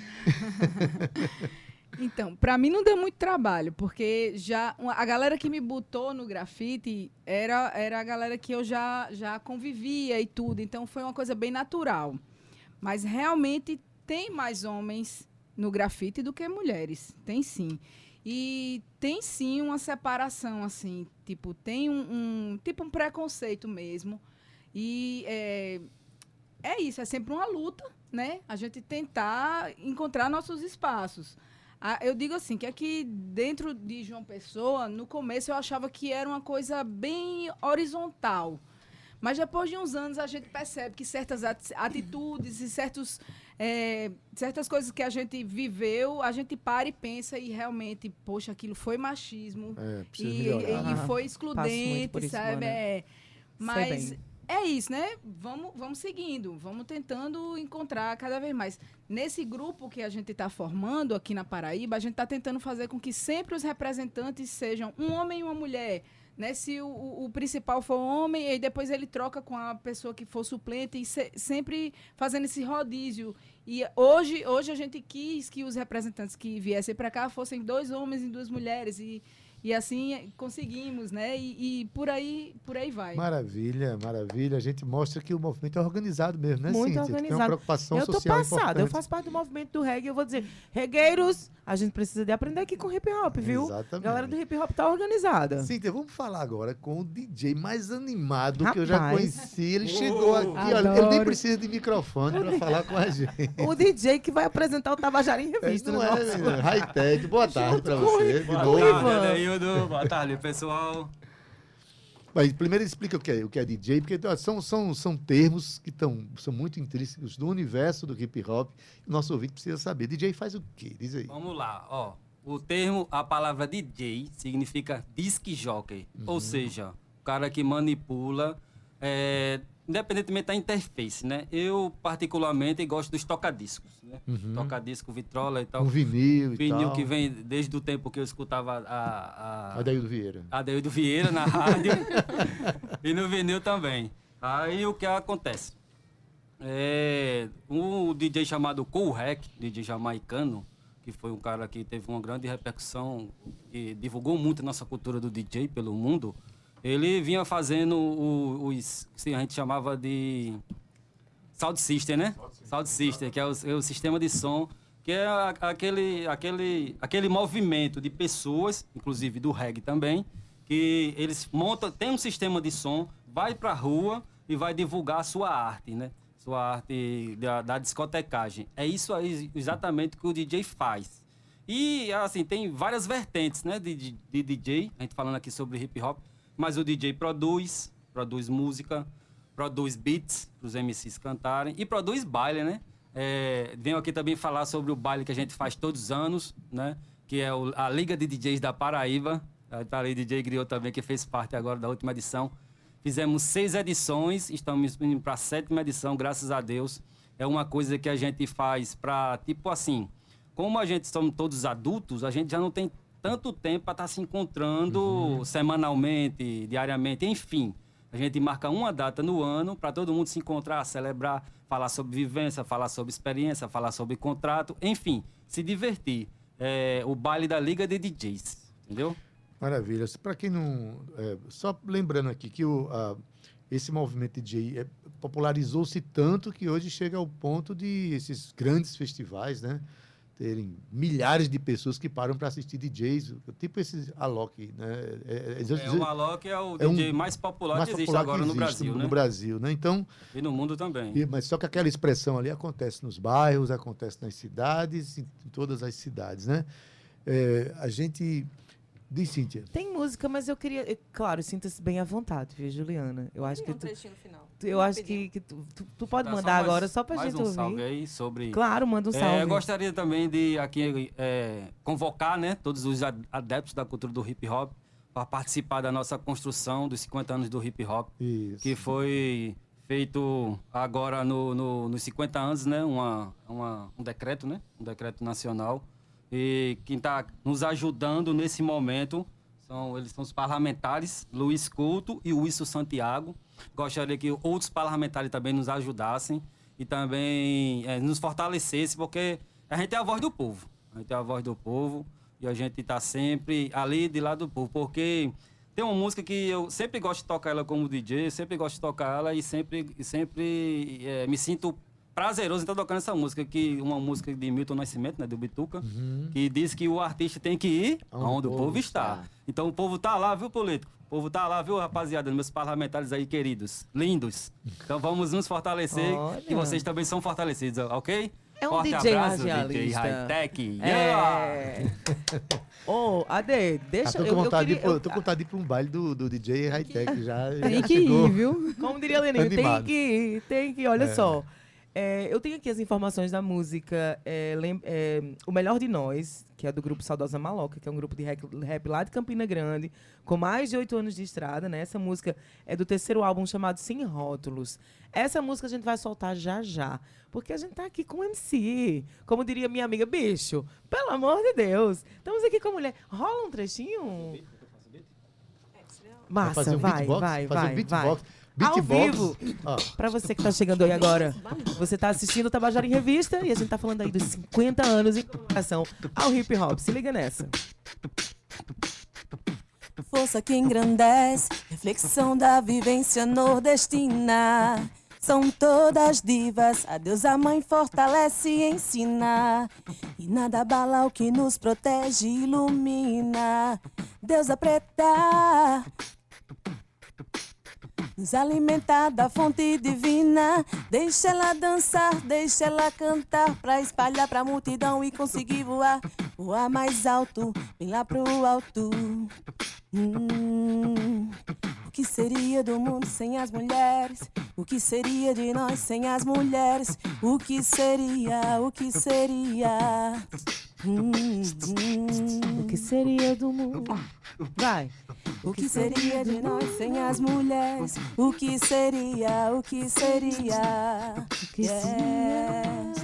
Então, para mim não deu muito trabalho, porque já uma- a galera que me botou no grafite era, era a galera que eu já, já convivia e tudo, então foi uma coisa bem natural. Mas realmente tem mais homens no grafite do que mulheres, tem sim. E tem sim uma separação, assim, tipo, tem um, um tipo um preconceito mesmo. E é, é isso, é sempre uma luta, né? A gente tentar encontrar nossos espaços. Ah, eu digo assim, que aqui dentro de João Pessoa, no começo eu achava que era uma coisa bem horizontal. Mas depois de uns anos a gente percebe que certas ati- atitudes e certos, é, certas coisas que a gente viveu, a gente para e pensa e realmente, poxa, aquilo foi machismo. É, precisa e, melhorar. e- e Ah, foi passo muito excludente, por isso, sabe? mana. É, Sei mas bem. é isso, né? Vamos, vamos seguindo, vamos tentando encontrar cada vez mais. Nesse grupo que a gente está formando aqui na Paraíba, a gente está tentando fazer com que sempre os representantes sejam um homem e uma mulher. né? Se o, o, o principal for homem, e depois ele troca com a pessoa que for suplente, e se, sempre fazendo esse rodízio. E hoje, hoje a gente quis que os representantes que viessem para cá fossem dois homens e duas mulheres, e, e assim conseguimos, né? E, e por aí, por aí vai. Maravilha, maravilha. A gente mostra que o movimento é organizado mesmo, né, Muito Cíntia? organizado. Tem uma preocupação eu tô social passada, importante. eu faço parte do movimento do reggae, eu vou dizer, regueiros, a gente precisa de aprender aqui com hip hop, viu? Exatamente. A galera do hip hop tá organizada. Cíntia, vamos falar agora com o D J mais animado Rapaz. que eu já conheci. Ele chegou aqui, olha, ele Adoro. nem precisa de microfone para falar com a gente. O D J que vai apresentar o Tabajara em Revista. Não no é, nosso- menina? High-tech. Boa tarde para com você. o De Boa novo. tarde, Adeildo. Boa tarde, pessoal. Mas primeiro explica o que é, o que é D J, porque ó, são, são, são termos que tão, são muito intrínsecos do universo do hip hop. O nosso ouvinte precisa saber. D J faz o quê? Diz aí. Vamos lá, ó. O termo, a palavra D J significa disc jockey, ou seja, o cara que manipula, é, independentemente da interface, né? Eu, particularmente, gosto dos tocadiscos, né? Uhum. Tocadisco, vitrola e tal. Um vinil e Vinil tal. que vem desde o tempo que eu escutava a... a Adaildo Vieira. Adeildo Vieira na rádio e no vinil também. Aí o que acontece? É, um D J chamado Kool Herc, D J jamaicano, que foi um cara que teve uma grande repercussão e divulgou muito a nossa cultura do D J pelo mundo. Ele vinha fazendo o- os, que a gente chamava de Sound System, né? Sound System, que é o, é o sistema de som, que é a- aquele, aquele, aquele movimento de pessoas, inclusive do reggae também, que eles montam, tem um sistema de som, vai pra rua e vai divulgar a sua arte, né? Sua arte da, da discotecagem. É isso aí exatamente que o D J faz. E, assim, tem várias vertentes, né, de, de, de D J, a gente falando aqui sobre hip hop, mas o D J produz, produz música, produz beats para os M Cs cantarem e produz baile, né? É, venho aqui também falar sobre o baile que a gente faz todos os anos, né? Que é o- a Liga de D Js da Paraíba. Tá ali D J Griot também, que fez parte agora da última edição. Fizemos seis edições, estamos indo para a sétima edição, graças a Deus. É uma coisa que a gente faz para, tipo assim, como a gente somos todos adultos, a gente já não tem tanto tempo para estar se encontrando semanalmente, diariamente, enfim. A gente marca uma data no ano para todo mundo se encontrar, celebrar, falar sobre vivência, falar sobre experiência, falar sobre contrato, enfim, se divertir. É o baile da Liga de D Js, entendeu? Maravilha. Para quem não... é, só lembrando aqui que o, a- esse movimento D J é, popularizou-se tanto que hoje chega ao ponto de esses grandes festivais, né? Terem milhares de pessoas que param para assistir D Js, tipo esses Alok, né? É, é, É, o Alok é o é um D J mais popular mais que existe popular agora que no existe Brasil, no, né? no Brasil, né? Então, E no mundo também. e- mas só que aquela expressão ali acontece nos bairros, acontece nas cidades, em todas as cidades, né? É, a gente... Diz, Cíntia. Tem música, mas eu queria. eu- Claro, sinta-se bem à vontade, viu, Juliana? Eu acho que um tu, trechinho no final. tu- eu acho que, que tu, tu- tu pode Tá, só mandar mais- agora só pra mais gente um ouvir. salve aí sobre... Claro, manda um É, salve. eu gostaria também de aqui é, convocar, né, todos os ad- adeptos da cultura do hip hop para participar da nossa construção dos cinquenta anos do hip hop, Isso. que foi feito agora no, no, nos cinquenta anos, né, uma, uma, um decreto, né, um decreto nacional. E quem está nos ajudando nesse momento são, eles são os parlamentares, Luiz Couto e Wilson Santiago. Gostaria que outros parlamentares também nos ajudassem e também eh, nos fortalecessem, porque a gente é a voz do povo. A gente é a voz do povo e a gente está sempre ali de lado do povo, porque tem uma música que eu sempre gosto de tocar ela como D J, sempre gosto de tocar ela e sempre, e sempre eh, me sinto prazeroso em estar tocando essa música, que uma música de Milton Nascimento, né, do Bituca, Uhum. que diz que o artista tem que ir onde o povo está. Então o povo tá lá, viu, político? O povo tá lá, viu, rapaziada, meus parlamentares aí queridos, lindos. Então vamos nos fortalecer, Olha. que vocês também são fortalecidos, ok? É um Forte D J abraço, D J radialista. Hightech. É. Ô, Ade, deixa Ah, tô, com eu, eu vontade de, queria- ir pro- eu- tô com vontade de ir para um baile do, do D J Hightech já. Tem já que chegou. ir, viu? Como diria Leninho, tem Animado. que ir, tem que ir. Olha É. só. É, eu tenho aqui as informações da música é, lem- é, O Melhor de Nós, que é do grupo Saudosa Maloca, que é um grupo de rap, rap lá de Campina Grande, com mais de oito anos de estrada, né? Essa música é do terceiro álbum chamado Sem Rótulos. Essa música a gente vai soltar já já, porque a gente tá aqui com o M C. Como diria minha amiga, bicho, pelo amor de Deus. Estamos aqui com a mulher. Rola um trechinho? Massa, fazer um vai, beatbox, vai, fazer um vai, beatbox. vai. Beatbox. Ao vivo, Ó. pra você que tá chegando aí agora, você tá assistindo o Tabajara em Revista e a gente tá falando aí dos cinquenta anos em comemoração ao hip hop. Se liga nessa. Força que engrandece, reflexão da vivência nordestina. São todas divas, a deusa mãe fortalece e ensina. E nada abala o que nos protege e ilumina. Deusa preta, nos alimenta da fonte divina. Deixa ela dançar, deixa ela cantar, pra espalhar pra multidão e conseguir voar. Voar mais alto, bem lá pro alto. Hum, o que seria do mundo sem as mulheres? O que seria de nós sem as mulheres? O que seria, o que seria? Hum, hum. O que seria do mundo? Vai. O que seria de nós sem as mulheres? O que seria, o que seria? O que Yeah.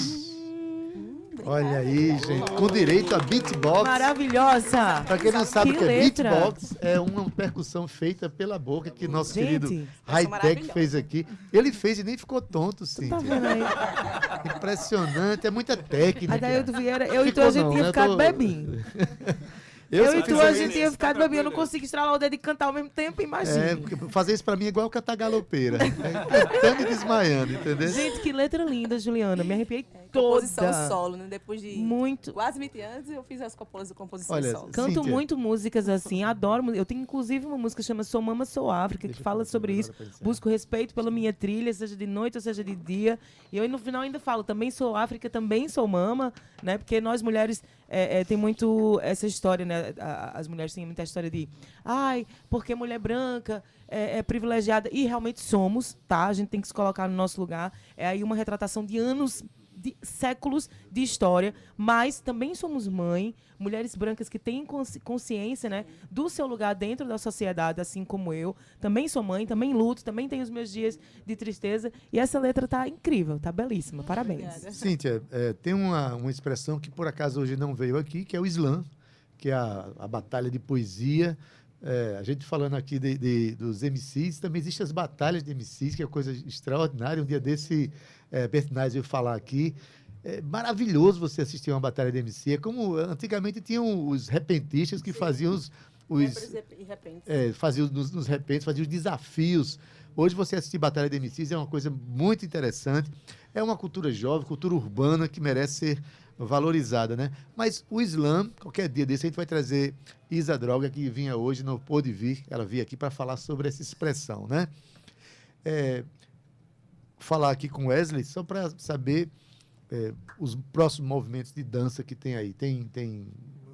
Olha aí, gente, com direito a beatbox. Maravilhosa! Pra quem não sabe o Que que é letra. beatbox, é uma percussão feita pela boca que nosso Gente, querido Hightech fez aqui. Ele fez e nem ficou tonto, sim. Tá vendo aí? Impressionante, é muita técnica. Adaildo Vieira, eu e tu Ficou a gente não, tinha né? ficado Tô- bebinho. Eu, Eu, se e tu fizer a isso- gente tinha ficado bebinho. Eu não consigo estralar o dedo e cantar ao mesmo tempo, imagina. É, porque fazer isso pra mim é igual cantar galopeira. É cantando e desmaiando, entendeu? Gente, que letra linda, Juliana. Me arrepiei toda. Composição solo, né? Depois de Muito. quase vinte anos, eu fiz as compos composições Olha, solo. Canto Cíntia. muito músicas assim, adoro. mu- Eu tenho inclusive uma música que chama Sou Mama, Sou África, que fala sobre isso. Busco respeito pela minha trilha, seja de noite ou seja de dia. E eu no final ainda falo, também sou África, também sou mama, né? Porque nós mulheres é, é, tem muito essa história, né? A- As mulheres têm muita história de, ai, porque mulher branca é, é privilegiada. E realmente somos, tá? A gente tem que se colocar no nosso lugar. É aí uma retratação de anos, de séculos de história, mas também somos mãe, mulheres brancas que têm consci- consciência, né, do seu lugar dentro da sociedade, assim como eu. Também sou mãe, também luto, também tenho os meus dias de tristeza. E essa letra tá incrível, tá belíssima. Parabéns. Cíntia, é, tem uma, uma expressão que por acaso hoje não veio aqui, que é o slam, que é a, a batalha de poesia. É, a gente falando aqui de, de- dos M Cs, também existem as batalhas de M Cs, que é coisa extraordinária. Um dia desse, é, Bertinaz veio falar aqui. É maravilhoso você assistir uma batalha de M C. É como antigamente tinham os repentistas que faziam os, os E repente. é, faziam nos, nos repentes, faziam os desafios. Hoje você assistir batalha de M Cs é uma coisa muito interessante. É uma cultura jovem, cultura urbana que merece ser valorizada, né? Mas o slam, qualquer dia desse, a gente vai trazer Isa Droga, que vinha hoje, não pôde vir, ela veio aqui para falar sobre essa expressão, né? É, falar aqui com Wesley, só para saber é, os próximos movimentos de dança que tem aí. Tem, tem,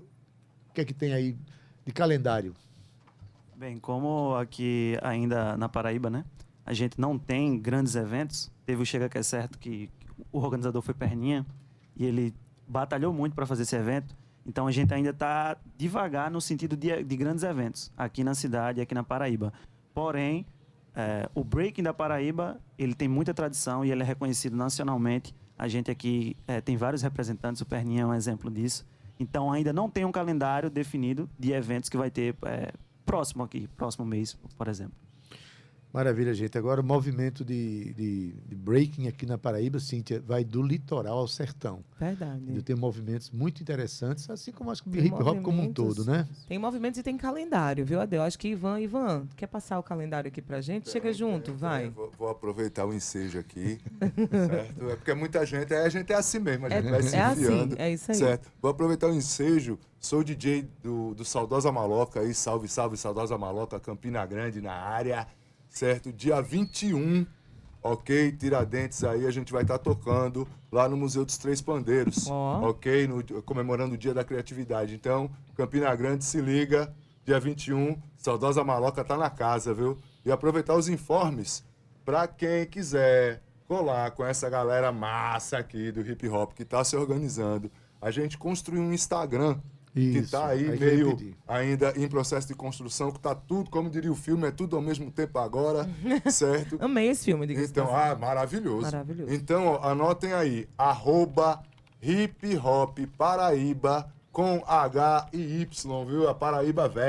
o que é que tem aí de calendário? Bem, como aqui ainda na Paraíba, né, a gente não tem grandes eventos, teve o Chega Que É Certo, que o organizador foi Perninha, e ele batalhou muito para fazer esse evento, então a gente ainda está devagar no sentido de, de grandes eventos, aqui na cidade, aqui na Paraíba. Porém, é, o breaking da Paraíba, ele tem muita tradição e ele é reconhecido nacionalmente. A gente aqui é, tem vários representantes, o Perninha é um exemplo disso. Então ainda não tem um calendário definido de eventos que vai ter é, próximo aqui, próximo mês, por exemplo. Maravilha, gente. Agora o movimento de, de, de breaking aqui na Paraíba, Cíntia, vai do litoral ao sertão. Verdade. E tem movimentos muito interessantes, assim como acho que o Tem hip hop como um movimentos. todo, né? Tem movimentos e tem calendário, viu, Adel? Acho que Ivan, Ivan, quer passar o calendário aqui pra gente? Chega junto, vai. Vou, vou aproveitar o ensejo aqui, certo? É porque muita gente, é, a gente é assim mesmo, a gente É- vai se é assim, enfiando, é isso aí. certo? Vou aproveitar o ensejo, sou o D J do, do Saudosa Maloca aí, salve, salve, Saudosa Maloca, Campina Grande na área, certo? Dia vinte e um, ok? Tiradentes aí, a gente vai estar tocando lá no Museu dos Três Pandeiros, Ó. ok? No- comemorando o Dia da Criatividade. Então, Campina Grande, se liga, dia vinte e um, Saudosa Maloca tá na casa, viu? E aproveitar os informes para quem quiser colar com essa galera massa aqui do hip hop que tá se organizando. A gente construiu um Instagram que Isso, tá aí, aí que eu ia meio pedir. ainda em processo de construção, que tá tudo, como diria o filme, é tudo ao mesmo tempo agora, certo? Amei esse filme, diga Então, ah, maravilhoso. Maravilhoso. Então, ó, anotem aí, arroba hip hop Paraíba com H e Y, viu? A Paraíba véia.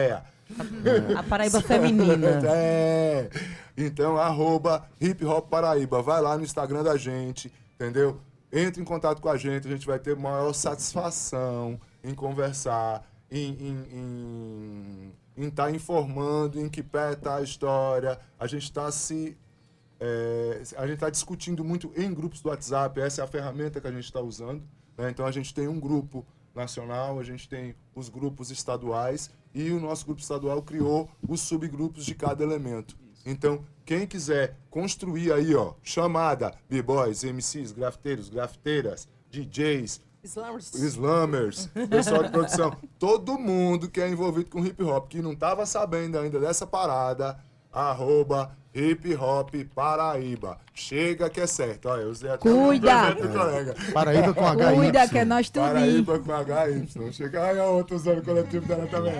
A Paraíba feminina. É. Então, arroba Hip Hop Paraíba. Vai lá no Instagram da gente, entendeu? Entre em contato com a gente, a gente vai ter maior satisfação em conversar, em estar tá informando em que pé está a história. A gente está se... É, a gente está discutindo muito em grupos do WhatsApp, essa é a ferramenta que a gente está usando. Né? Então, a gente tem um grupo nacional, a gente tem os grupos estaduais e o nosso grupo estadual criou os subgrupos de cada elemento. Então, quem quiser construir aí, ó, chamada B-Boys, M Cs, grafiteiros, grafiteiras, D Js, Slammers, Slammers pessoal de produção, todo mundo que é envolvido com hip hop, que não estava sabendo ainda dessa parada, arroba Hip Hop Paraíba. Chega que é certo. Olha, eu usei até Cuida! o do colega. Paraíba com H Y. Cuida que é nós tudo. Paraíba com H Y. Chega aí a outra usando o coletivo dela também.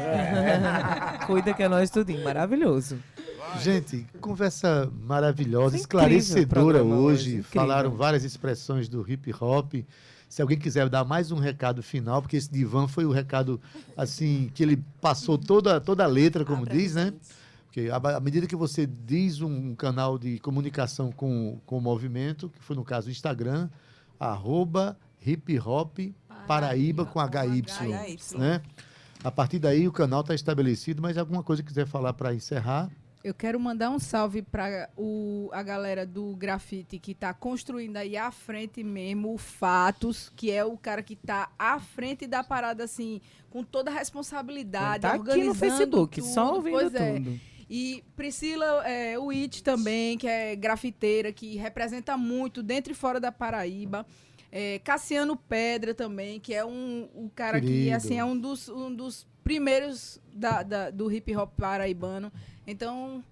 É. Cuida que é nós tudinho. Maravilhoso. Gente, conversa maravilhosa, Incrível esclarecedora programa hoje. hoje, Falaram incrível. várias expressões do hip hop. Se alguém quiser dar mais um recado final, porque esse divã foi o recado assim que ele passou toda, toda a letra, como diz, né? Porque à medida que você diz um canal de comunicação com, com o movimento, que foi no caso o Instagram, arroba hip hop Paraíba com H Y, né? A partir daí o canal está estabelecido, mas alguma coisa que quiser falar para encerrar? Eu quero mandar um salve para a galera do grafite que está construindo aí à frente mesmo o Fatos, que é o cara que está à frente da parada, assim, com toda a responsabilidade, Tá organizando aqui no Facebook, tudo. só ouvindo Pois é. tudo. E Priscila é, Witt também, que é grafiteira, que representa muito dentro e fora da Paraíba. É, Cassiano Pedra também, que é um, um cara Querido. que assim, é um dos, um dos primeiros da, da, do hip hop paraibano. Então,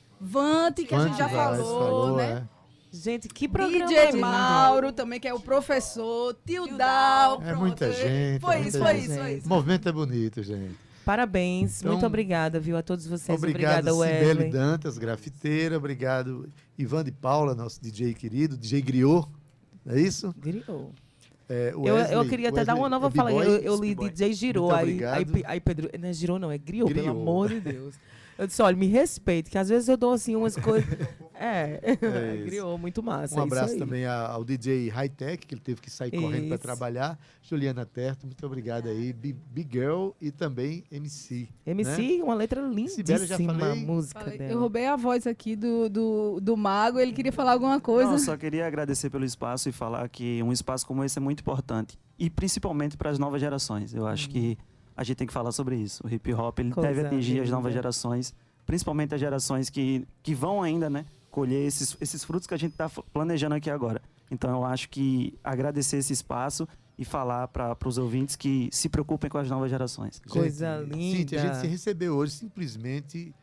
Vante, que a gente já Vante falou, falou, né? é. Gente, que programa D J lindo. Mauro também, que é o professor. Tio Dal. É muita gente. Foi é isso, muita foi gente. isso, foi isso. O movimento é bonito, gente. Parabéns, Então, muito obrigada, viu, a todos vocês. Obrigado, Obrigada, Cibele Wesley. Dantas, grafiteira. Obrigado, Ivan de Paula, nosso D J querido, D J Griot, não é isso? Griot. É, Eu, eu queria até dar uma nova fala. Eu, eu li B-boy. D J Girou, Muito aí, obrigado. aí, aí Pedro, não é Girou não, é Griot, Griot. pelo amor de Deus. Eu disse, olha, me respeite, que às vezes eu dou assim umas coisas... É, É isso. Griot, muito massa. Um é isso abraço aí. também a- ao D J Hightech, que ele teve que sair correndo para Isso. trabalhar. Juliana Terto, muito obrigado aí. Big, Big Girl e também M C. M C, né? uma letra Sibeli, eu já lindíssima, a falei. música Falei, dela. eu roubei a voz aqui do, do, do Mago, ele queria falar alguma coisa. Não, só queria agradecer pelo espaço e falar que um espaço como esse é muito importante. E principalmente para as novas gerações. Eu acho que a gente tem que falar sobre isso. O hip hop ele Coisa deve atingir as linda. novas gerações, principalmente as gerações que, que vão ainda, né, colher esses, esses frutos que a gente está planejando aqui agora. Então eu acho que agradecer esse espaço e falar para os ouvintes que se preocupem com as novas gerações. Coisa Gente, linda. Cíntia, a gente se recebeu hoje simplesmente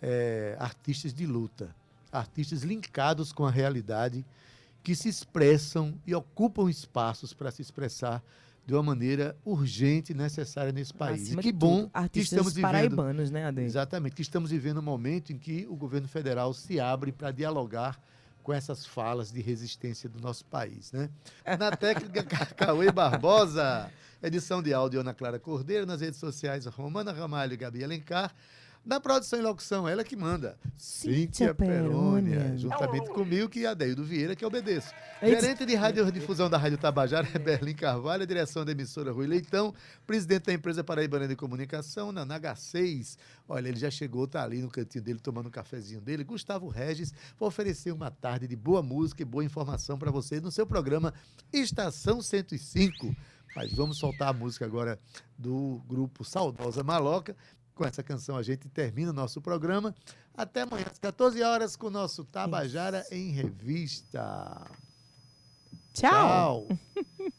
é, artistas de luta. Artistas linkados com a realidade, que se expressam e ocupam espaços para se expressar de uma maneira urgente e necessária nesse país. Acima e que de bom tudo, que artistas estamos vivendo... paraibanos, né, Ade? Exatamente, que estamos vivendo um momento em que o governo federal se abre para dialogar com essas falas de resistência do nosso país, né? Na técnica, Cauê Barbosa, edição de áudio Ana Clara Cordeiro, nas redes sociais Romana Ramalho e Gabi Alencar. Na produção e locução, ela que manda, Cíntia Perônia, Perônia. juntamente comigo e Adeildo Vieira, que obedeço. Eita. Gerente de radiodifusão da Rádio Tabajara é Berlim Carvalho, a direção da emissora Rui Leitão, presidente da empresa Paraibana de Comunicação, na H seis. Olha, ele já chegou, tá ali no cantinho dele, tomando um cafezinho dele. Gustavo Regis, vou oferecer uma tarde de boa música e boa informação para você no seu programa Estação cento e cinco. Mas vamos soltar a música agora do grupo Saudosa Maloca. Com essa canção a gente termina o nosso programa. Até amanhã às quatorze horas com o nosso Tabajara em Revista. Tchau. Tchau.